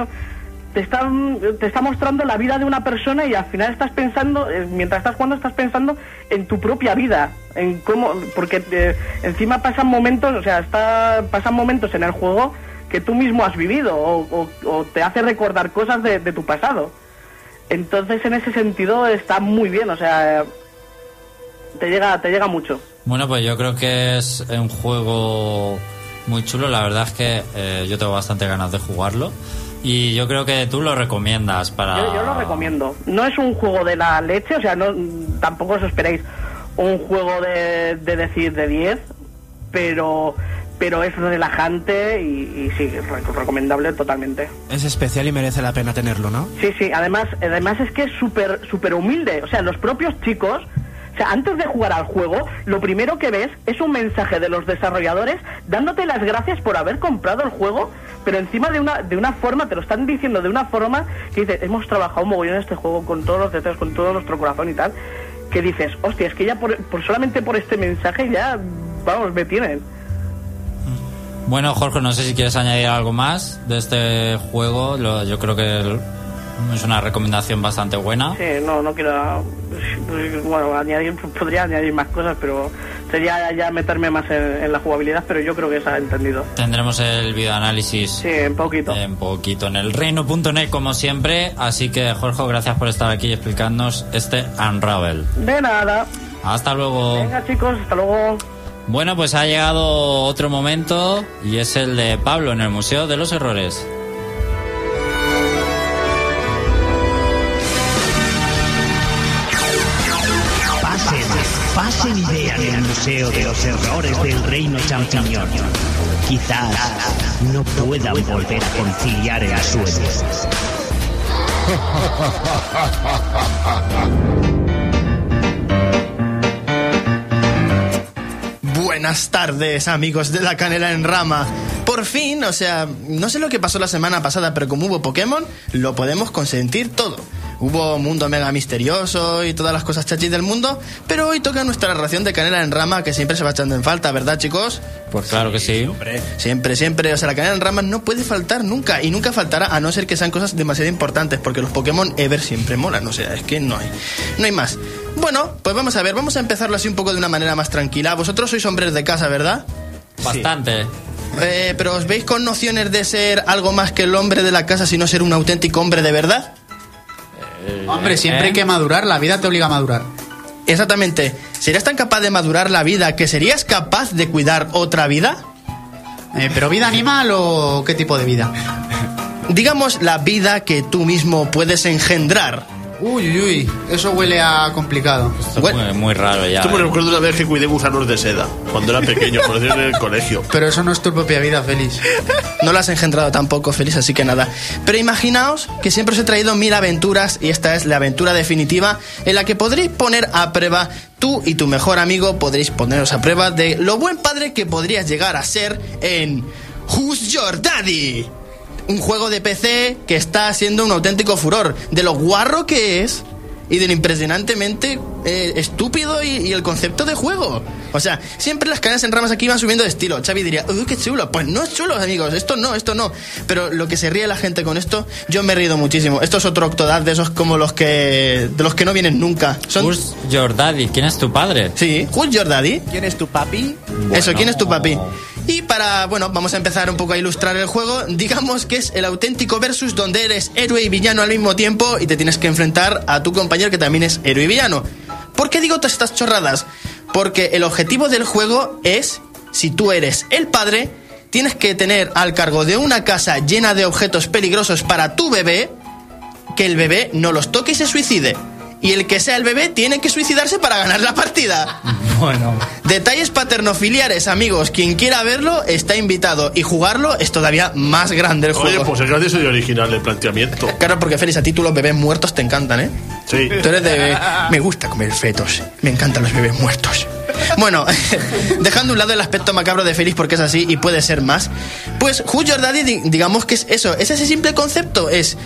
está mostrando la vida de una persona y al final estás pensando, mientras estás jugando estás pensando en tu propia vida, en cómo, porque encima pasan momentos, o sea, pasan momentos en el juego que tú mismo has vivido o te hace recordar cosas de tu pasado. Entonces, en ese sentido está muy bien, o sea, te llega mucho. Bueno, pues yo creo que es un juego muy chulo. La verdad es que yo tengo bastante ganas de jugarlo. Y yo creo que tú lo recomiendas para... Yo lo recomiendo. No es un juego de la leche, o sea, tampoco os esperéis un juego de decir de 10, pero es relajante y sí, recomendable totalmente. Es especial y merece la pena tenerlo, ¿no? Sí, además es que es súper humilde. O sea, los propios chicos... O sea, antes de jugar al juego, lo primero que ves es un mensaje de los desarrolladores dándote las gracias por haber comprado el juego, pero encima de una forma, te lo están diciendo de una forma que dices, hemos trabajado un mogollón en este juego con todos los detalles, con todo nuestro corazón y tal, que dices, hostia, es que ya por solamente por este mensaje ya, vamos, me tienen. Bueno, Jorge, no sé si quieres añadir algo más de este juego. Yo creo que es una recomendación bastante buena. Sí, no quiero... Bueno, podría añadir más cosas, pero sería ya meterme más en la jugabilidad, pero yo creo que se ha entendido. Tendremos el videoanálisis. Sí, en poquito. En el reino.net como siempre, así que Jorge, gracias por estar aquí y explicarnos este Unravel. De nada. Hasta luego. Venga chicos, hasta luego. Bueno, pues ha llegado otro momento y es el de Pablo en el Museo de los Errores. Pasen y vean el Museo de los Errores del Reino Champiñón. Quizás no puedan volver a conciliar el sueño. Buenas tardes, amigos de la Canela en Rama. Por fin, o sea, no sé lo que pasó la semana pasada, pero como hubo Pokémon, lo podemos consentir todo. Hubo Mundo Mega Misterioso y todas las cosas chachis del mundo, pero hoy toca nuestra ración de Canela en Rama, que siempre se va echando en falta, ¿verdad, chicos? Pues claro que sí. Siempre. O sea, la Canela en Rama no puede faltar nunca, y nunca faltará, a no ser que sean cosas demasiado importantes, porque los Pokémon ever siempre molan, o sea, es que no hay más. Bueno, pues vamos a ver, vamos a empezarlo así un poco de una manera más tranquila. Vosotros sois hombres de casa, ¿verdad? Bastante. Sí. Pero ¿os veis con nociones de ser algo más que el hombre de la casa, sino ser un auténtico hombre de verdad? Hombre, siempre hay que madurar, la vida te obliga a madurar. Exactamente. ¿Serías tan capaz de madurar la vida que serías capaz de cuidar otra vida? ¿Pero vida animal o qué tipo de vida? Digamos la vida que tú mismo puedes engendrar. Uy, eso huele a complicado. Esto es muy raro ya. Esto me recuerdo una vez que cuidé gusanos de seda, cuando era pequeño, por decirlo en el colegio. Pero eso no es tu propia vida, Félix. No la has engendrado tampoco, Félix, así que nada. Pero imaginaos que siempre os he traído 1000 aventuras y esta es la aventura definitiva en la que podréis poner a prueba, tú y tu mejor amigo podréis poneros a prueba de lo buen padre que podrías llegar a ser en Who's Your Daddy? Un juego de PC que está siendo un auténtico furor, de lo guarro que es y de lo impresionantemente estúpido y el concepto de juego. O sea, siempre las cadenas en ramas aquí van subiendo de estilo. Xavi diría, ¡uy, qué chulo! Pues no es chulo, amigos, esto no. Pero lo que se ríe la gente con esto, yo me he reído muchísimo. Esto es otro Octodad de esos como de los que no vienen nunca. Who's Your Daddy? ¿Quién es tu padre? Sí, Who's Your Daddy? ¿Quién es tu papi? Eso, ¿quién es tu papi? Y vamos a empezar un poco a ilustrar el juego. Digamos que es el auténtico versus donde eres héroe y villano al mismo tiempo y te tienes que enfrentar a tu compañero que también es héroe y villano. ¿Por qué digo todas estas chorradas? Porque el objetivo del juego es, si tú eres el padre, tienes que tener al cargo de una casa llena de objetos peligrosos para tu bebé, que el bebé no los toque y se suicide. Y el que sea el bebé tiene que suicidarse para ganar la partida. Bueno. Detalles paternofiliares, amigos. Quien quiera verlo está invitado. Y jugarlo es todavía más grande el juego. Oye, pues es gracioso y original el planteamiento. Claro, porque Félix, a ti los bebés muertos te encantan, ¿eh? Sí. Tú eres de... Me gusta comer fetos. Me encantan los bebés muertos. Bueno, dejando a un lado el aspecto macabro de Félix porque es así y puede ser más, pues Who's Your Daddy, digamos que es eso, es ese simple concepto, es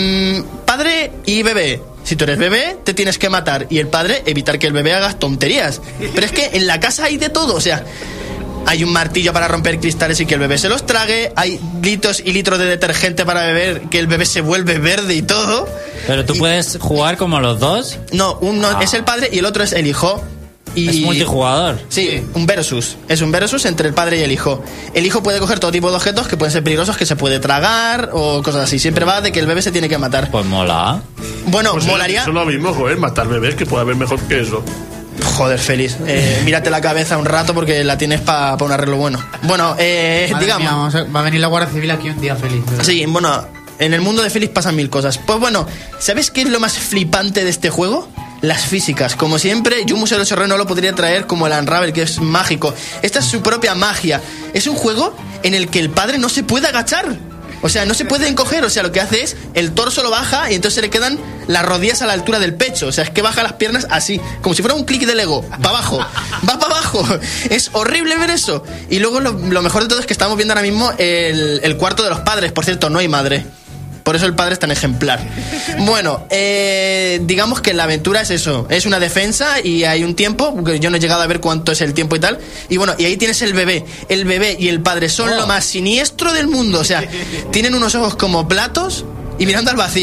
padre y bebé. Si tú eres bebé, te tienes que matar y el padre evitar que el bebé haga tonterías. Pero es que en la casa hay de todo, o sea, hay un martillo para romper cristales y que el bebé se los trague, hay litros y litros de detergente para beber, que el bebé se vuelve verde y todo. ¿Pero tú puedes jugar como los dos? No, uno es el padre y el otro es el hijo. Y es multijugador. Sí, un versus. Es un versus entre el padre y el hijo. El hijo puede coger todo tipo de objetos que pueden ser peligrosos, que se puede tragar o cosas así. Siempre va de que el bebé se tiene que matar. Pues mola. Bueno, pues molaría. Eso es lo mismo, joder, matar bebés, que puede haber mejor que eso. Joder, Félix. Mírate la cabeza un rato porque la tienes para un arreglo bueno. Bueno, digamos. Mía, va a venir la Guardia Civil aquí un día, Félix. Sí, bueno, en el mundo de Félix pasan 1000 cosas. Pues bueno, ¿sabes qué es lo más flipante de este juego? Las físicas. Como siempre, yo un Museo de los Errores no lo podría traer como el Unravel, que es mágico. Esta es su propia magia. Es un juego en el que el padre no se puede agachar. O sea, no se puede encoger. O sea, lo que hace es, el torso lo baja y entonces se le quedan las rodillas a la altura del pecho. O sea, es que baja las piernas así, como si fuera un clic de Lego. Va abajo, va para abajo. Es horrible ver eso. Y luego lo mejor de todo es que estamos viendo ahora mismo el cuarto de los padres. Por cierto, no hay madre. Por eso el padre es tan ejemplar. Bueno, digamos que la aventura es eso. Es una defensa y hay un tiempo. Yo no he llegado a ver cuánto es el tiempo y tal. Y bueno, y ahí tienes el bebé. El bebé y el padre son lo más siniestro del mundo. O sea, tienen unos ojos como platos y mirando al vacío.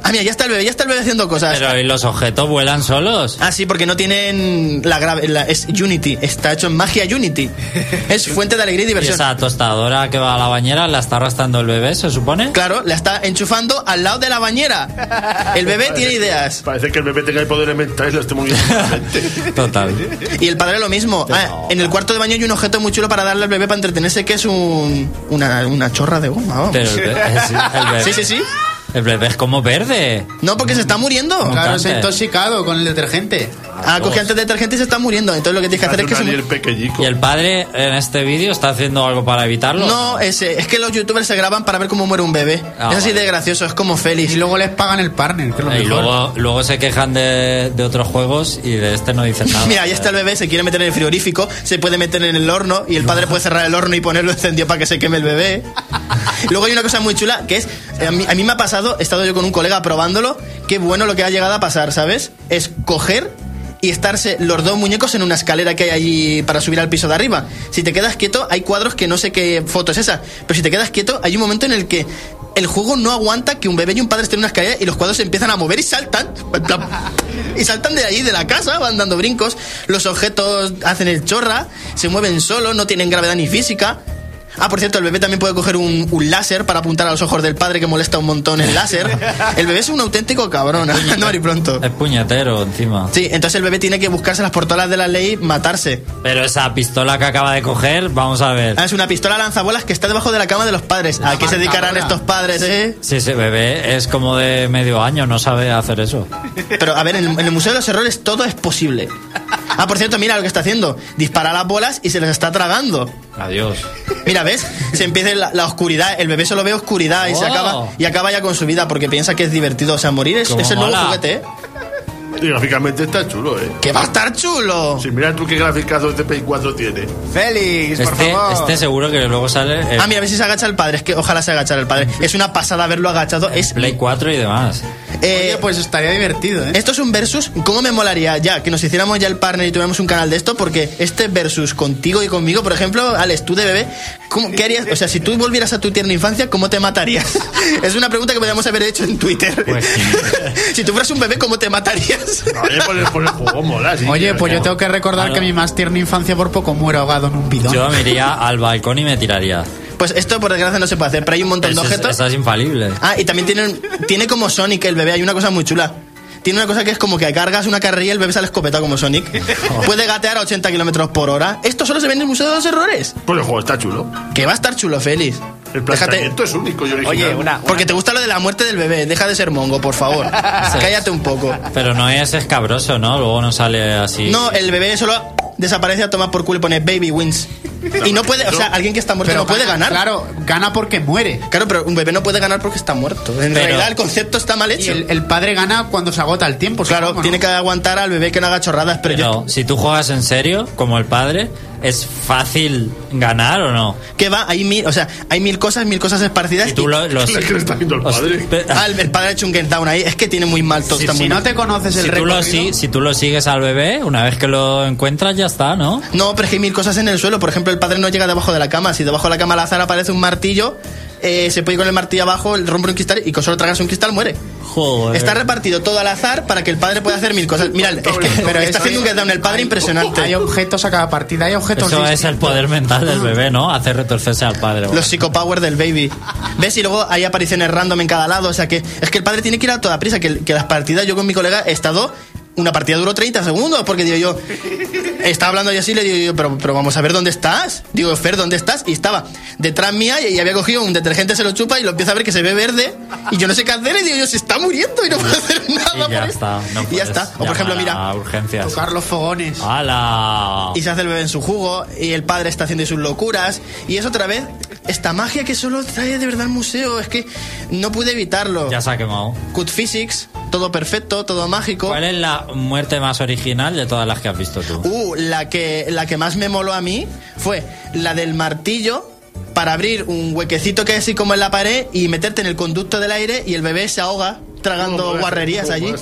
Ah, mira, ya está el bebé haciendo cosas. Pero ¿y los objetos vuelan solos? Ah, sí, porque no tienen es Unity, está hecho en magia Unity. Es fuente de alegría y ¿Y diversión. esa tostadora que va a la bañera la está arrastrando el bebé, se supone? Claro, la está enchufando al lado de la bañera. El bebé tiene ideas. Parece que el bebé tenga el poder mental y lo esté moviendo. Total. Y el padre lo mismo. En el cuarto de baño hay un objeto muy chulo para darle al bebé para entretenerse, que es una chorra de goma. Vamos. Pero el bebé, Sí. El bebé es como verde. No, porque se está muriendo. Claro, se ha intoxicado con el detergente. Coge antes de detergente y se está muriendo. Entonces lo que tienes que hacer es que se... ¿Y el padre en este vídeo está haciendo algo para evitarlo? No, es que los youtubers se graban para ver cómo muere un bebé. Es así de gracioso, es como Félix. Y luego les pagan el partner, que es lo Y mejor. luego se quejan de otros juegos y de este no dicen nada. Mira, ahí está el bebé, se quiere meter en el frigorífico, se puede meter en el horno y el padre puede cerrar el horno y ponerlo encendido para que se queme el bebé. Luego hay una cosa muy chula que es, a mí me ha pasado, he estado yo con un colega probándolo, qué bueno lo que ha llegado a pasar, ¿sabes? Es coger y estarse los dos muñecos en una escalera que hay allí para subir al piso de arriba. Si te quedas quieto, hay cuadros que no sé qué foto es esa, pero si te quedas quieto, hay un momento en el que el juego no aguanta que un bebé y un padre estén en una escalera y los cuadros se empiezan a mover y saltan. Y saltan de allí, de la casa, van dando brincos. Los objetos hacen el chorra, se mueven solos, no tienen gravedad ni física. Ah, por cierto, el bebé también puede coger un láser para apuntar a los ojos del padre, que molesta un montón el láser. El bebé es un auténtico cabrón, no y pronto. Es puñetero encima. Sí, entonces el bebé tiene que buscarse las portolas de la ley, matarse. Pero esa pistola que acaba de coger, vamos a ver. Es una pistola lanzabolas que está debajo de la cama de los padres. ¿A qué se dedicarán estos padres, Sí, ese bebé es como de medio año, no sabe hacer eso. Pero a ver, en el Museo de los Errores todo es posible. Ah, por cierto, mira lo que está haciendo. Dispara las bolas y se las está tragando. Adiós. Mira, ¿ves? Se empieza la oscuridad. El bebé solo ve oscuridad y se acaba ya con su vida porque piensa que es divertido. O sea, morir es el nuevo juguete, ¿eh? Y gráficamente está chulo, ¿eh? ¡Que va a estar chulo! Sí, mira tú qué graficazos de Play 4 tiene. Félix, por favor. Este seguro que luego sale... mira, a ver si se agacha el padre. Es que ojalá se agachara el padre. Es una pasada verlo agachado. Es Play 4 y demás. Oye, pues estaría divertido, ¿eh? Esto es un versus. ¿Cómo me molaría ya que nos hiciéramos ya el partner y tuviéramos un canal de esto? Porque este versus contigo y conmigo, por ejemplo, Alex, tú de bebé, ¿qué harías? O sea, si tú volvieras a tu tierna infancia, ¿cómo te matarías? Es una pregunta que podríamos haber hecho en Twitter. Pues sí. Si tú fueras un bebé, ¿cómo te matarías? Oye, por el juego mola, sí. Oye, pues yo tengo que recordar que mi más tierna infancia por poco muero ahogado en un bidón. Yo me iría al balcón y me tiraría. Pues esto por desgracia no se puede hacer, pero hay un montón de objetos. Esa es infalible. Y también tiene como Sonic el bebé, hay una cosa muy chula. Tiene una cosa que es como que cargas una carrilla y el bebé sale escopetado como Sonic. Puede gatear a 80 kilómetros por hora. Esto solo se ve en el Museo de los Errores. Pues el juego está chulo. Que va a estar chulo, Félix. El planteamiento es único y original. Oye, porque te gusta lo de la muerte del bebé. Deja de ser mongo, por favor. Cállate un poco. Pero no es escabroso, ¿no? Luego no sale así. No, el bebé solo desaparece a tomar por culo y pone baby wins. Y no puede, o sea, alguien que está muerto no puede ganar. Claro, gana porque muere. Claro, pero un bebé no puede ganar porque está muerto. En realidad el concepto está mal hecho. Y el padre gana cuando se agota el tiempo. Claro, supongo, ¿no? tiene que aguantar al bebé que no haga chorradas. Pero si tú juegas en serio, como el padre, ¿es fácil ganar o no? Que va, hay mil cosas esparcidas. Y tú ¿Qué le está haciendo el padre? El padre ha hecho un get down ahí. Es que tiene muy mal todo. Si no te conoces el recorrido... Si tú lo sigues al bebé, una vez que lo encuentras ya está, ¿no? No, pero es que hay mil cosas en el suelo. Por ejemplo, el padre no llega debajo de la cama. Si debajo de la cama al azar aparece un martillo, se puede ir con el martillo abajo, rompe un cristal y con solo tragarse un cristal muere. Joder. Está repartido todo al azar para que el padre pueda hacer mil cosas. Mira, pero está haciendo un get down el padre impresionante. Hay objetos a cada partida, hay objetos... Eso es el poder mental del bebé, ¿no? Hacer retorcerse al padre. Los psicopower del baby. ¿Ves? Y luego hay apariciones random en cada lado. O sea que es que el padre tiene que ir a toda prisa. Que las partidas, yo con mi colega he estado... Una partida duró 30 segundos, porque digo yo, estaba hablando yo así, le digo yo, pero vamos a ver dónde estás. Digo, Fer, ¿dónde estás? Y estaba detrás mía y había cogido un detergente, se lo chupa y lo empieza a ver que se ve verde. Y yo no sé qué hacer, y digo yo, se está muriendo y no puedo hacer nada. Y ya está. Y ya está. O por ejemplo, mira, urgencias. Tocar los fogones. ¡Hala! Y se hace el bebé en su jugo, y el padre está haciendo sus locuras. Y es otra vez esta magia que solo trae de verdad el museo. Es que no pude evitarlo. Ya se ha quemado. Good physics, todo perfecto, todo mágico. ¿Cuál es la muerte más original de todas las que has visto tú? La que más me moló a mí fue la del martillo para abrir un huequecito que hay así como en la pared y meterte en el conducto del aire y el bebé se ahoga tragando guarrerías allí.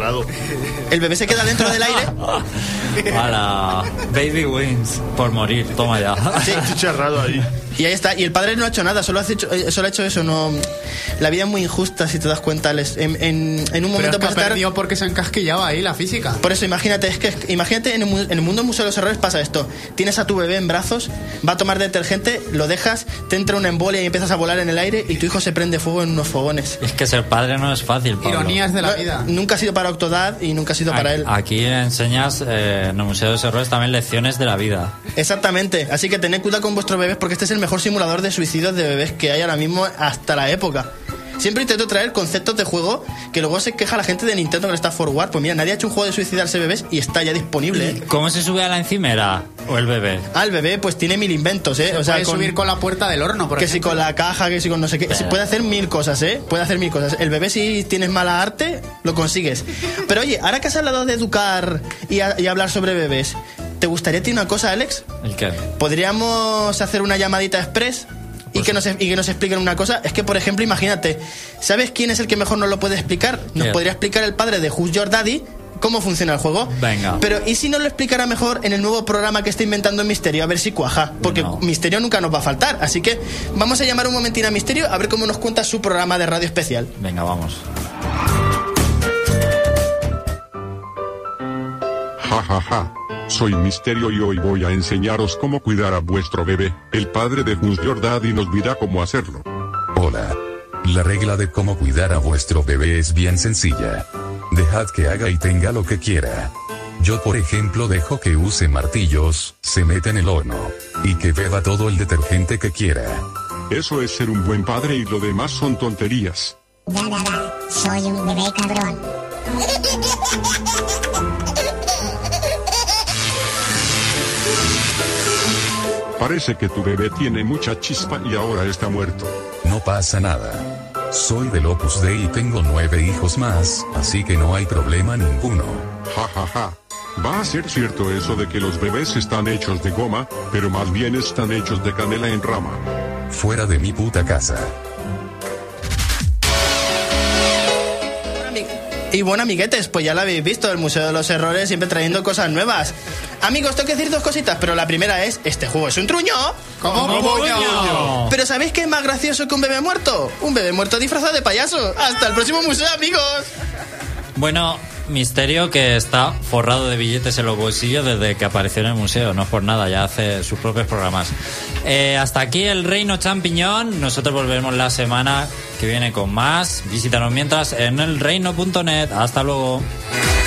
El bebé se queda dentro del aire. ¡Hala! Baby wins por morir, toma ya. Sí, chicharrado ahí. Y ahí está. Y el padre no ha hecho nada, solo ha hecho eso. No, la vida es muy injusta, si te das cuenta. En un momento pero es que ha perdido porque se ha encasquillado ahí la física. Por eso, imagínate en el mundo Museo de los Errores pasa esto. Tienes a tu bebé en brazos, va a tomar detergente, lo dejas, te entra una embolia y empiezas a volar en el aire y tu hijo se prende fuego en unos fogones. Es que ser padre no es fácil, Pablo. Ironías de la vida. Nunca ha sido para Octodad y nunca ha sido para él. Aquí enseñas en el Museo de los Errores también lecciones de la vida. Exactamente, así que tened cuidado con vuestros bebés porque este es el mejor simulador de suicidios de bebés que hay ahora mismo hasta la época. Siempre intento traer conceptos de juego que luego se queja la gente de Nintendo que está forward. Pues mira, nadie ha hecho un juego de suicidarse bebés y está ya disponible. ¿Cómo se sube a la encimera? ¿O el bebé? El bebé pues tiene 1000 inventos, ¿eh? O sea, puede subir con la puerta del horno, por ejemplo. Si con la caja, que si con no sé qué. Se puede hacer 1000 cosas, ¿eh? Puede hacer 1000 cosas. El bebé, si tienes mala arte, lo consigues. Pero oye, ahora que has hablado de educar y hablar sobre bebés, ¿te gustaría decir una cosa, Alex? ¿El qué? ¿Podríamos hacer una llamadita express? Y que nos expliquen una cosa. Es que, por ejemplo, imagínate, ¿sabes quién es el que mejor nos lo puede explicar? Nos podría explicar el padre de Who's Your Daddy cómo funciona el juego. Venga. Pero ¿y si nos lo explicara mejor en el nuevo programa que está inventando Misterio? A ver si cuaja. Porque Misterio nunca nos va a faltar. Así que vamos a llamar un momentín a Misterio a ver cómo nos cuenta su programa de radio especial. Venga, vamos. Ja, ja, ja. Soy Misterio y hoy voy a enseñaros cómo cuidar a vuestro bebé. El padre de Who's Your Daddy nos dirá cómo hacerlo. Hola. La regla de cómo cuidar a vuestro bebé es bien sencilla. Dejad que haga y tenga lo que quiera. Yo, por ejemplo, dejo que use martillos, se meta en el horno, y que beba todo el detergente que quiera. Eso es ser un buen padre y lo demás son tonterías. Soy un bebé cabrón. Parece que tu bebé tiene mucha chispa y ahora está muerto. No pasa nada. Soy del Opus Dei y tengo 9 hijos más, así que no hay problema ninguno. Ja, ja, ja. Va a ser cierto eso de que los bebés están hechos de goma, pero más bien están hechos de canela en rama. Fuera de mi puta casa. Y bueno, amiguetes, pues ya lo habéis visto, el Museo de los Errores siempre trayendo cosas nuevas. Amigos, tengo que decir 2 cositas, pero la primera es, este juego es un truño. ¿Cómo puño? Pero ¿sabéis qué es más gracioso que un bebé muerto? Un bebé muerto disfrazado de payaso. Hasta el próximo museo, amigos. Bueno, Misterio que está forrado de billetes en los bolsillos desde que apareció en el museo, no es por nada, ya hace sus propios programas. Hasta aquí el Reino Champiñón, nosotros volveremos la semana que viene con más. Visítanos mientras en elreino.net. Hasta luego.